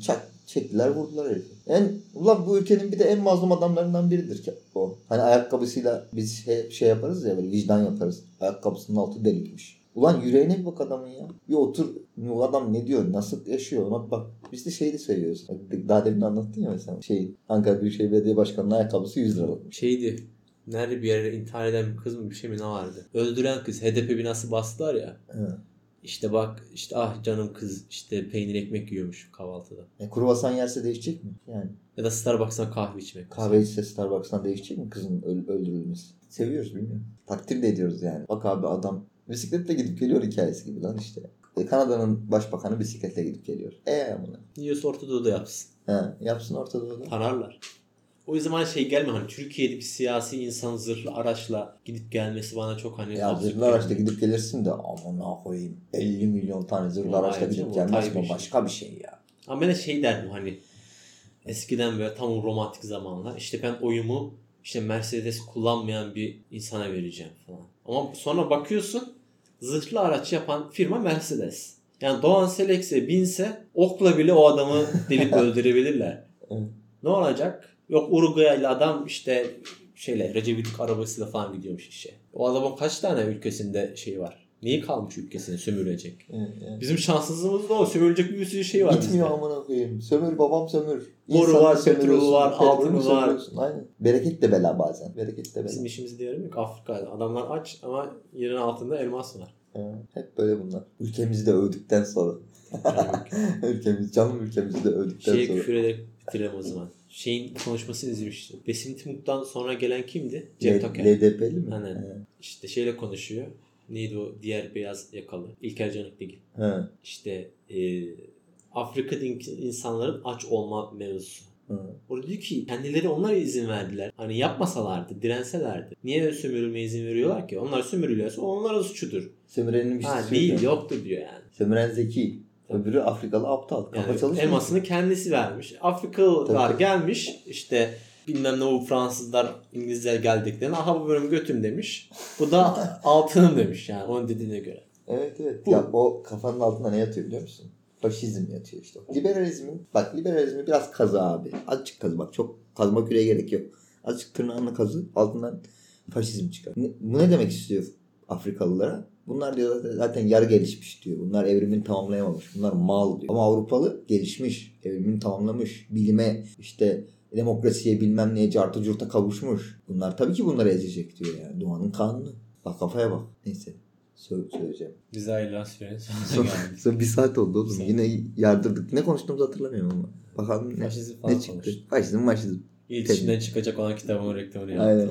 Çektiler vurdular herifi. En, ulan bu ülkenin bir de en mazlum adamlarından biridir ki o. Hani ayakkabısıyla biz şey, şey yaparız ya böyle vicdan yaparız. Ayakkabısının altı delikmiş. Ulan yüreğine bir bak adamın ya. Bir otur. Bu adam ne diyor? Nasıl yaşıyor? Ona bak. Biz de şeyi de seviyoruz. Daha demin anlattın ya mesela. Şey, Ankara Büyükşehir Belediye Başkanı'nın ayakkabısı yüz lira. Şeydi. Nerede bir yere intihar eden bir kız mı bir şey mi ne vardı? Öldüren kız. H D P binası bastılar ya. Evet. İşte bak işte ah canım kız işte peynir ekmek yiyormuş kahvaltıda. E, kruvasan yerse değişecek mi? Yani. Ya da Starbucks'tan kahve içmek. Kahve içse Starbucks'tan değişecek mi kızın öl- öldürülmesi? Seviyoruz bilmiyorum. Takdir de ediyoruz yani. Bak abi adam bisikletle gidip geliyor hikayesi gibi lan işte. E, Kanada'nın başbakanı bisikletle gidip geliyor. Eee amına. Yiyorsa Orta Doğu'da yapsın. He, yapsın Orta Doğu'da. Tanarlar. O yüzden bana şey gelme hani Türkiye'de bir siyasi insan zırhlı araçla gidip gelmesi bana çok hani... Ya zırhlı araçla gidip gelirsin de amına koyayım. elli milyon tane zırhlı araçla gidip gelmez mi? Başka bir şey ya. Ama ben de şey derdim hani eskiden böyle tam romantik zamanlar işte ben oyumu işte Mercedes kullanmayan bir insana vereceğim falan. Ama sonra bakıyorsun zırhlı araç yapan firma Mercedes. Yani Doğan Selex'e binse okla bile o adamı delip öldürebilirler. Ne olacak? Yok Uruguaylı adam işte şeyle Recep İvedik arabasıyla falan gidiyormuş işe. O adamın kaç tane ülkesinde şey var? Neyi kalmış ülkesine sömürecek? Evet, evet. Bizim şanssızlığımız da o. Sömürecek bir sürü şey var Gitmiyor bizde. amına koyayım. Sömür babam sömür. Boru var, petrol var, altın var. Aynen. Bereket de bela bazen. Bereket de bela. Bizim işimiz diyorum yok Afrika'da. Adamlar aç ama yerin altında elmas var. Evet, hep böyle bunlar. Ülkemizi de övdükten sonra. Ülkemiz, canım ülkemizi de övdükten Şeye sonra. küfür ederek bitirelim o zaman. Şeyin konuşmasını izlemiştim. Besim Timuk'tan sonra gelen kimdi? Cem Toker. L D P'li mi? Aynen. He. İşte şeyle konuşuyor. Neydi o diğer beyaz yakalı? İlker Canikligil. He. İşte e, Afrika'daki insanların aç olma mevzusu. Hı. Orada diyor ki kendileri onlar izin verdiler. Hani yapmasalardı, direnselerdi. Niye sömürülmeye izin veriyorlar ki? Onlar sömürülüyorsa onların suçudur. Sömürenin bir Ha, şey değil, yok. yoktur diyor yani. Sömüren zeki. Öbürü Afrikalı aptal. Kafa Yani çalışmıyor. elmasını kendisi vermiş. Afrikalılar Tabii. gelmiş işte bilmem ne o Fransızlar İngilizler geldiklerinde aha bu bölümü götüm demiş. Bu da altınım demiş yani onun dediğine göre. Evet evet. Bu. Ya o kafanın altında ne yatıyor biliyor musun? Faşizm yatıyor işte. Liberalizmin, bak liberalizmi biraz kazı abi. Azıcık kazı bak, çok kazma küreye gerek yok. Azıcık tırnağınla kazı, altından faşizm çıkar. Ne, bu ne demek istiyor Afrikalılara? Bunlar diyor zaten yarı gelişmiş diyor. Bunlar evrimini tamamlayamamış. Bunlar mal diyor. Ama Avrupalı gelişmiş. Evrimini tamamlamış. Bilime işte demokrasiye bilmem neye carta curta kavuşmuş. Bunlar tabii ki bunları ezecek diyor yani. Doğanın kanunu. Bak kafaya bak. Neyse. Sö- söyleyeceğim. Bize ayrılan sürenin sonuna Son, geldik. son bir saat oldu oğlum. Saat. Yine yardırdık. Ne konuştuğumuzu hatırlamıyorum ama. Bakalım ne, Faşizm falan ne çıktı. konuştuk. Faşizm faşizm. İletişimden çıkacak olan kitabımın reklamını yaptım. Aynen.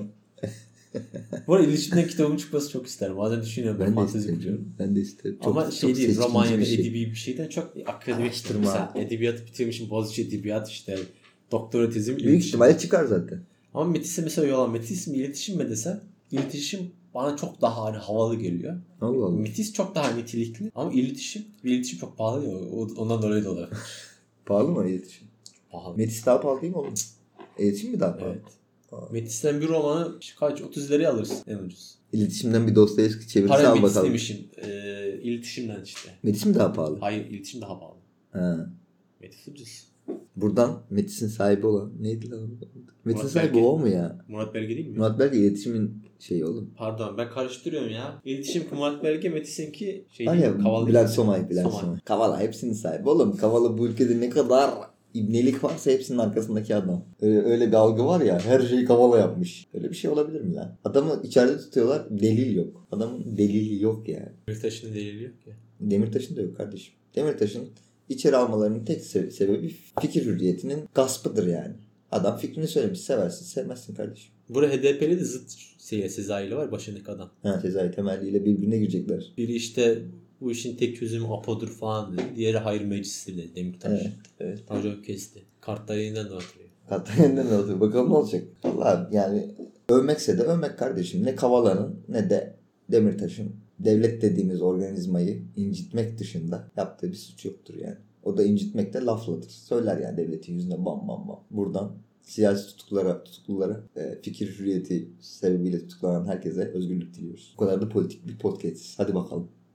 Bu arada iletişimden kitabımın çıkması çok isterim. Bazen düşünüyorum ben, Ben de fantezi isterim. kuruyorum. Ben de isterim. Çok, Ama çok şey değil, seçkinci roman ya da bir şey. edebi bir şeyden çok akademik. Araştırma. Mesela edebiyatı bitirmişim, Boğaziçi Edebiyat işte doktora tezim. Büyük iletişim. ihtimalle çıkar zaten. Ama Metis'e mesela yolan Metis mi iletişim mi desem iletişim bana çok daha hani havalı geliyor. Allah Allah. Metis çok daha nitelikli ama iletişim iletişim çok pahalı ya. O- Ondan dolayı da olabilir. Pahalı mı iletişim? Pahalı. Metis daha pahalı değil mi oğlum? İletişim mi daha pahalı? Evet. Aa. Metis'ten bir romanı kaç otuz liraya alırsın en ucuz. İletişimden bir Dostoyevski çevirisi Pardon al Metis bakalım. demişim. Ee, iletişimden işte. Metis mi daha pahalı? Hayır iletişim daha pahalı. Ha. Metis ucuz. Buradan Metis'in sahibi olan neydi lan? Metis'in Murat sahibi Belge. o mu ya? Murat Belge değil mi? Murat Belge iletişimin şeyi oğlum. Pardon ben karıştırıyorum ya. İletişim Murat Belge Metis'inki şey Var değil, ya Kaval Bülent değil. Somay, Bülent Somay. Somay. Kavala hepsinin sahibi oğlum. Kavala bu ülkede ne kadar ibnelik varsa hepsinin arkasındaki adam. Öyle, öyle bir algı var ya, her şeyi Kavala yapmış. Öyle bir şey olabilir mi lan? Adamı içeride tutuyorlar, delil yok. Adamın delili yok yani. Demirtaş'ın delili yok ya. Demirtaş'ın da yok kardeşim. Demirtaş'ın içeri almalarının tek se- sebebi fikir hürriyetinin gaspıdır yani. Adam fikrini söylemiş, seversin sevmezsin kardeşim. Burada H D P'li de zıt şey, Sezai'li var başındaki adam. Ha, Sezai Temelli ile birbirine girecekler. Biri işte bu işin tek çözümü Apo'dur falan dedi. Diğeri hayır meclisidir dedi Demirtaş. Evet, evet. Racon kesti. Kartları yeniden dağıtılıyor. Katarından ne olacak? Bakalım ne olacak? Vallahi yani övmekse de övmek kardeşim. Ne Kavala'nın ne de Demirtaş'ın devlet dediğimiz organizmayı incitmek dışında yaptığı bir suç yoktur yani. O da incitmek de lafladır. Söyler yani devletin yüzüne bam bam bam. Buradan siyasi tutuklulara, tutuklulara e, fikir hürriyeti sebebiyle tutuklanan herkese özgürlük diliyoruz. Bu kadar da politik bir podcast. Hadi bakalım.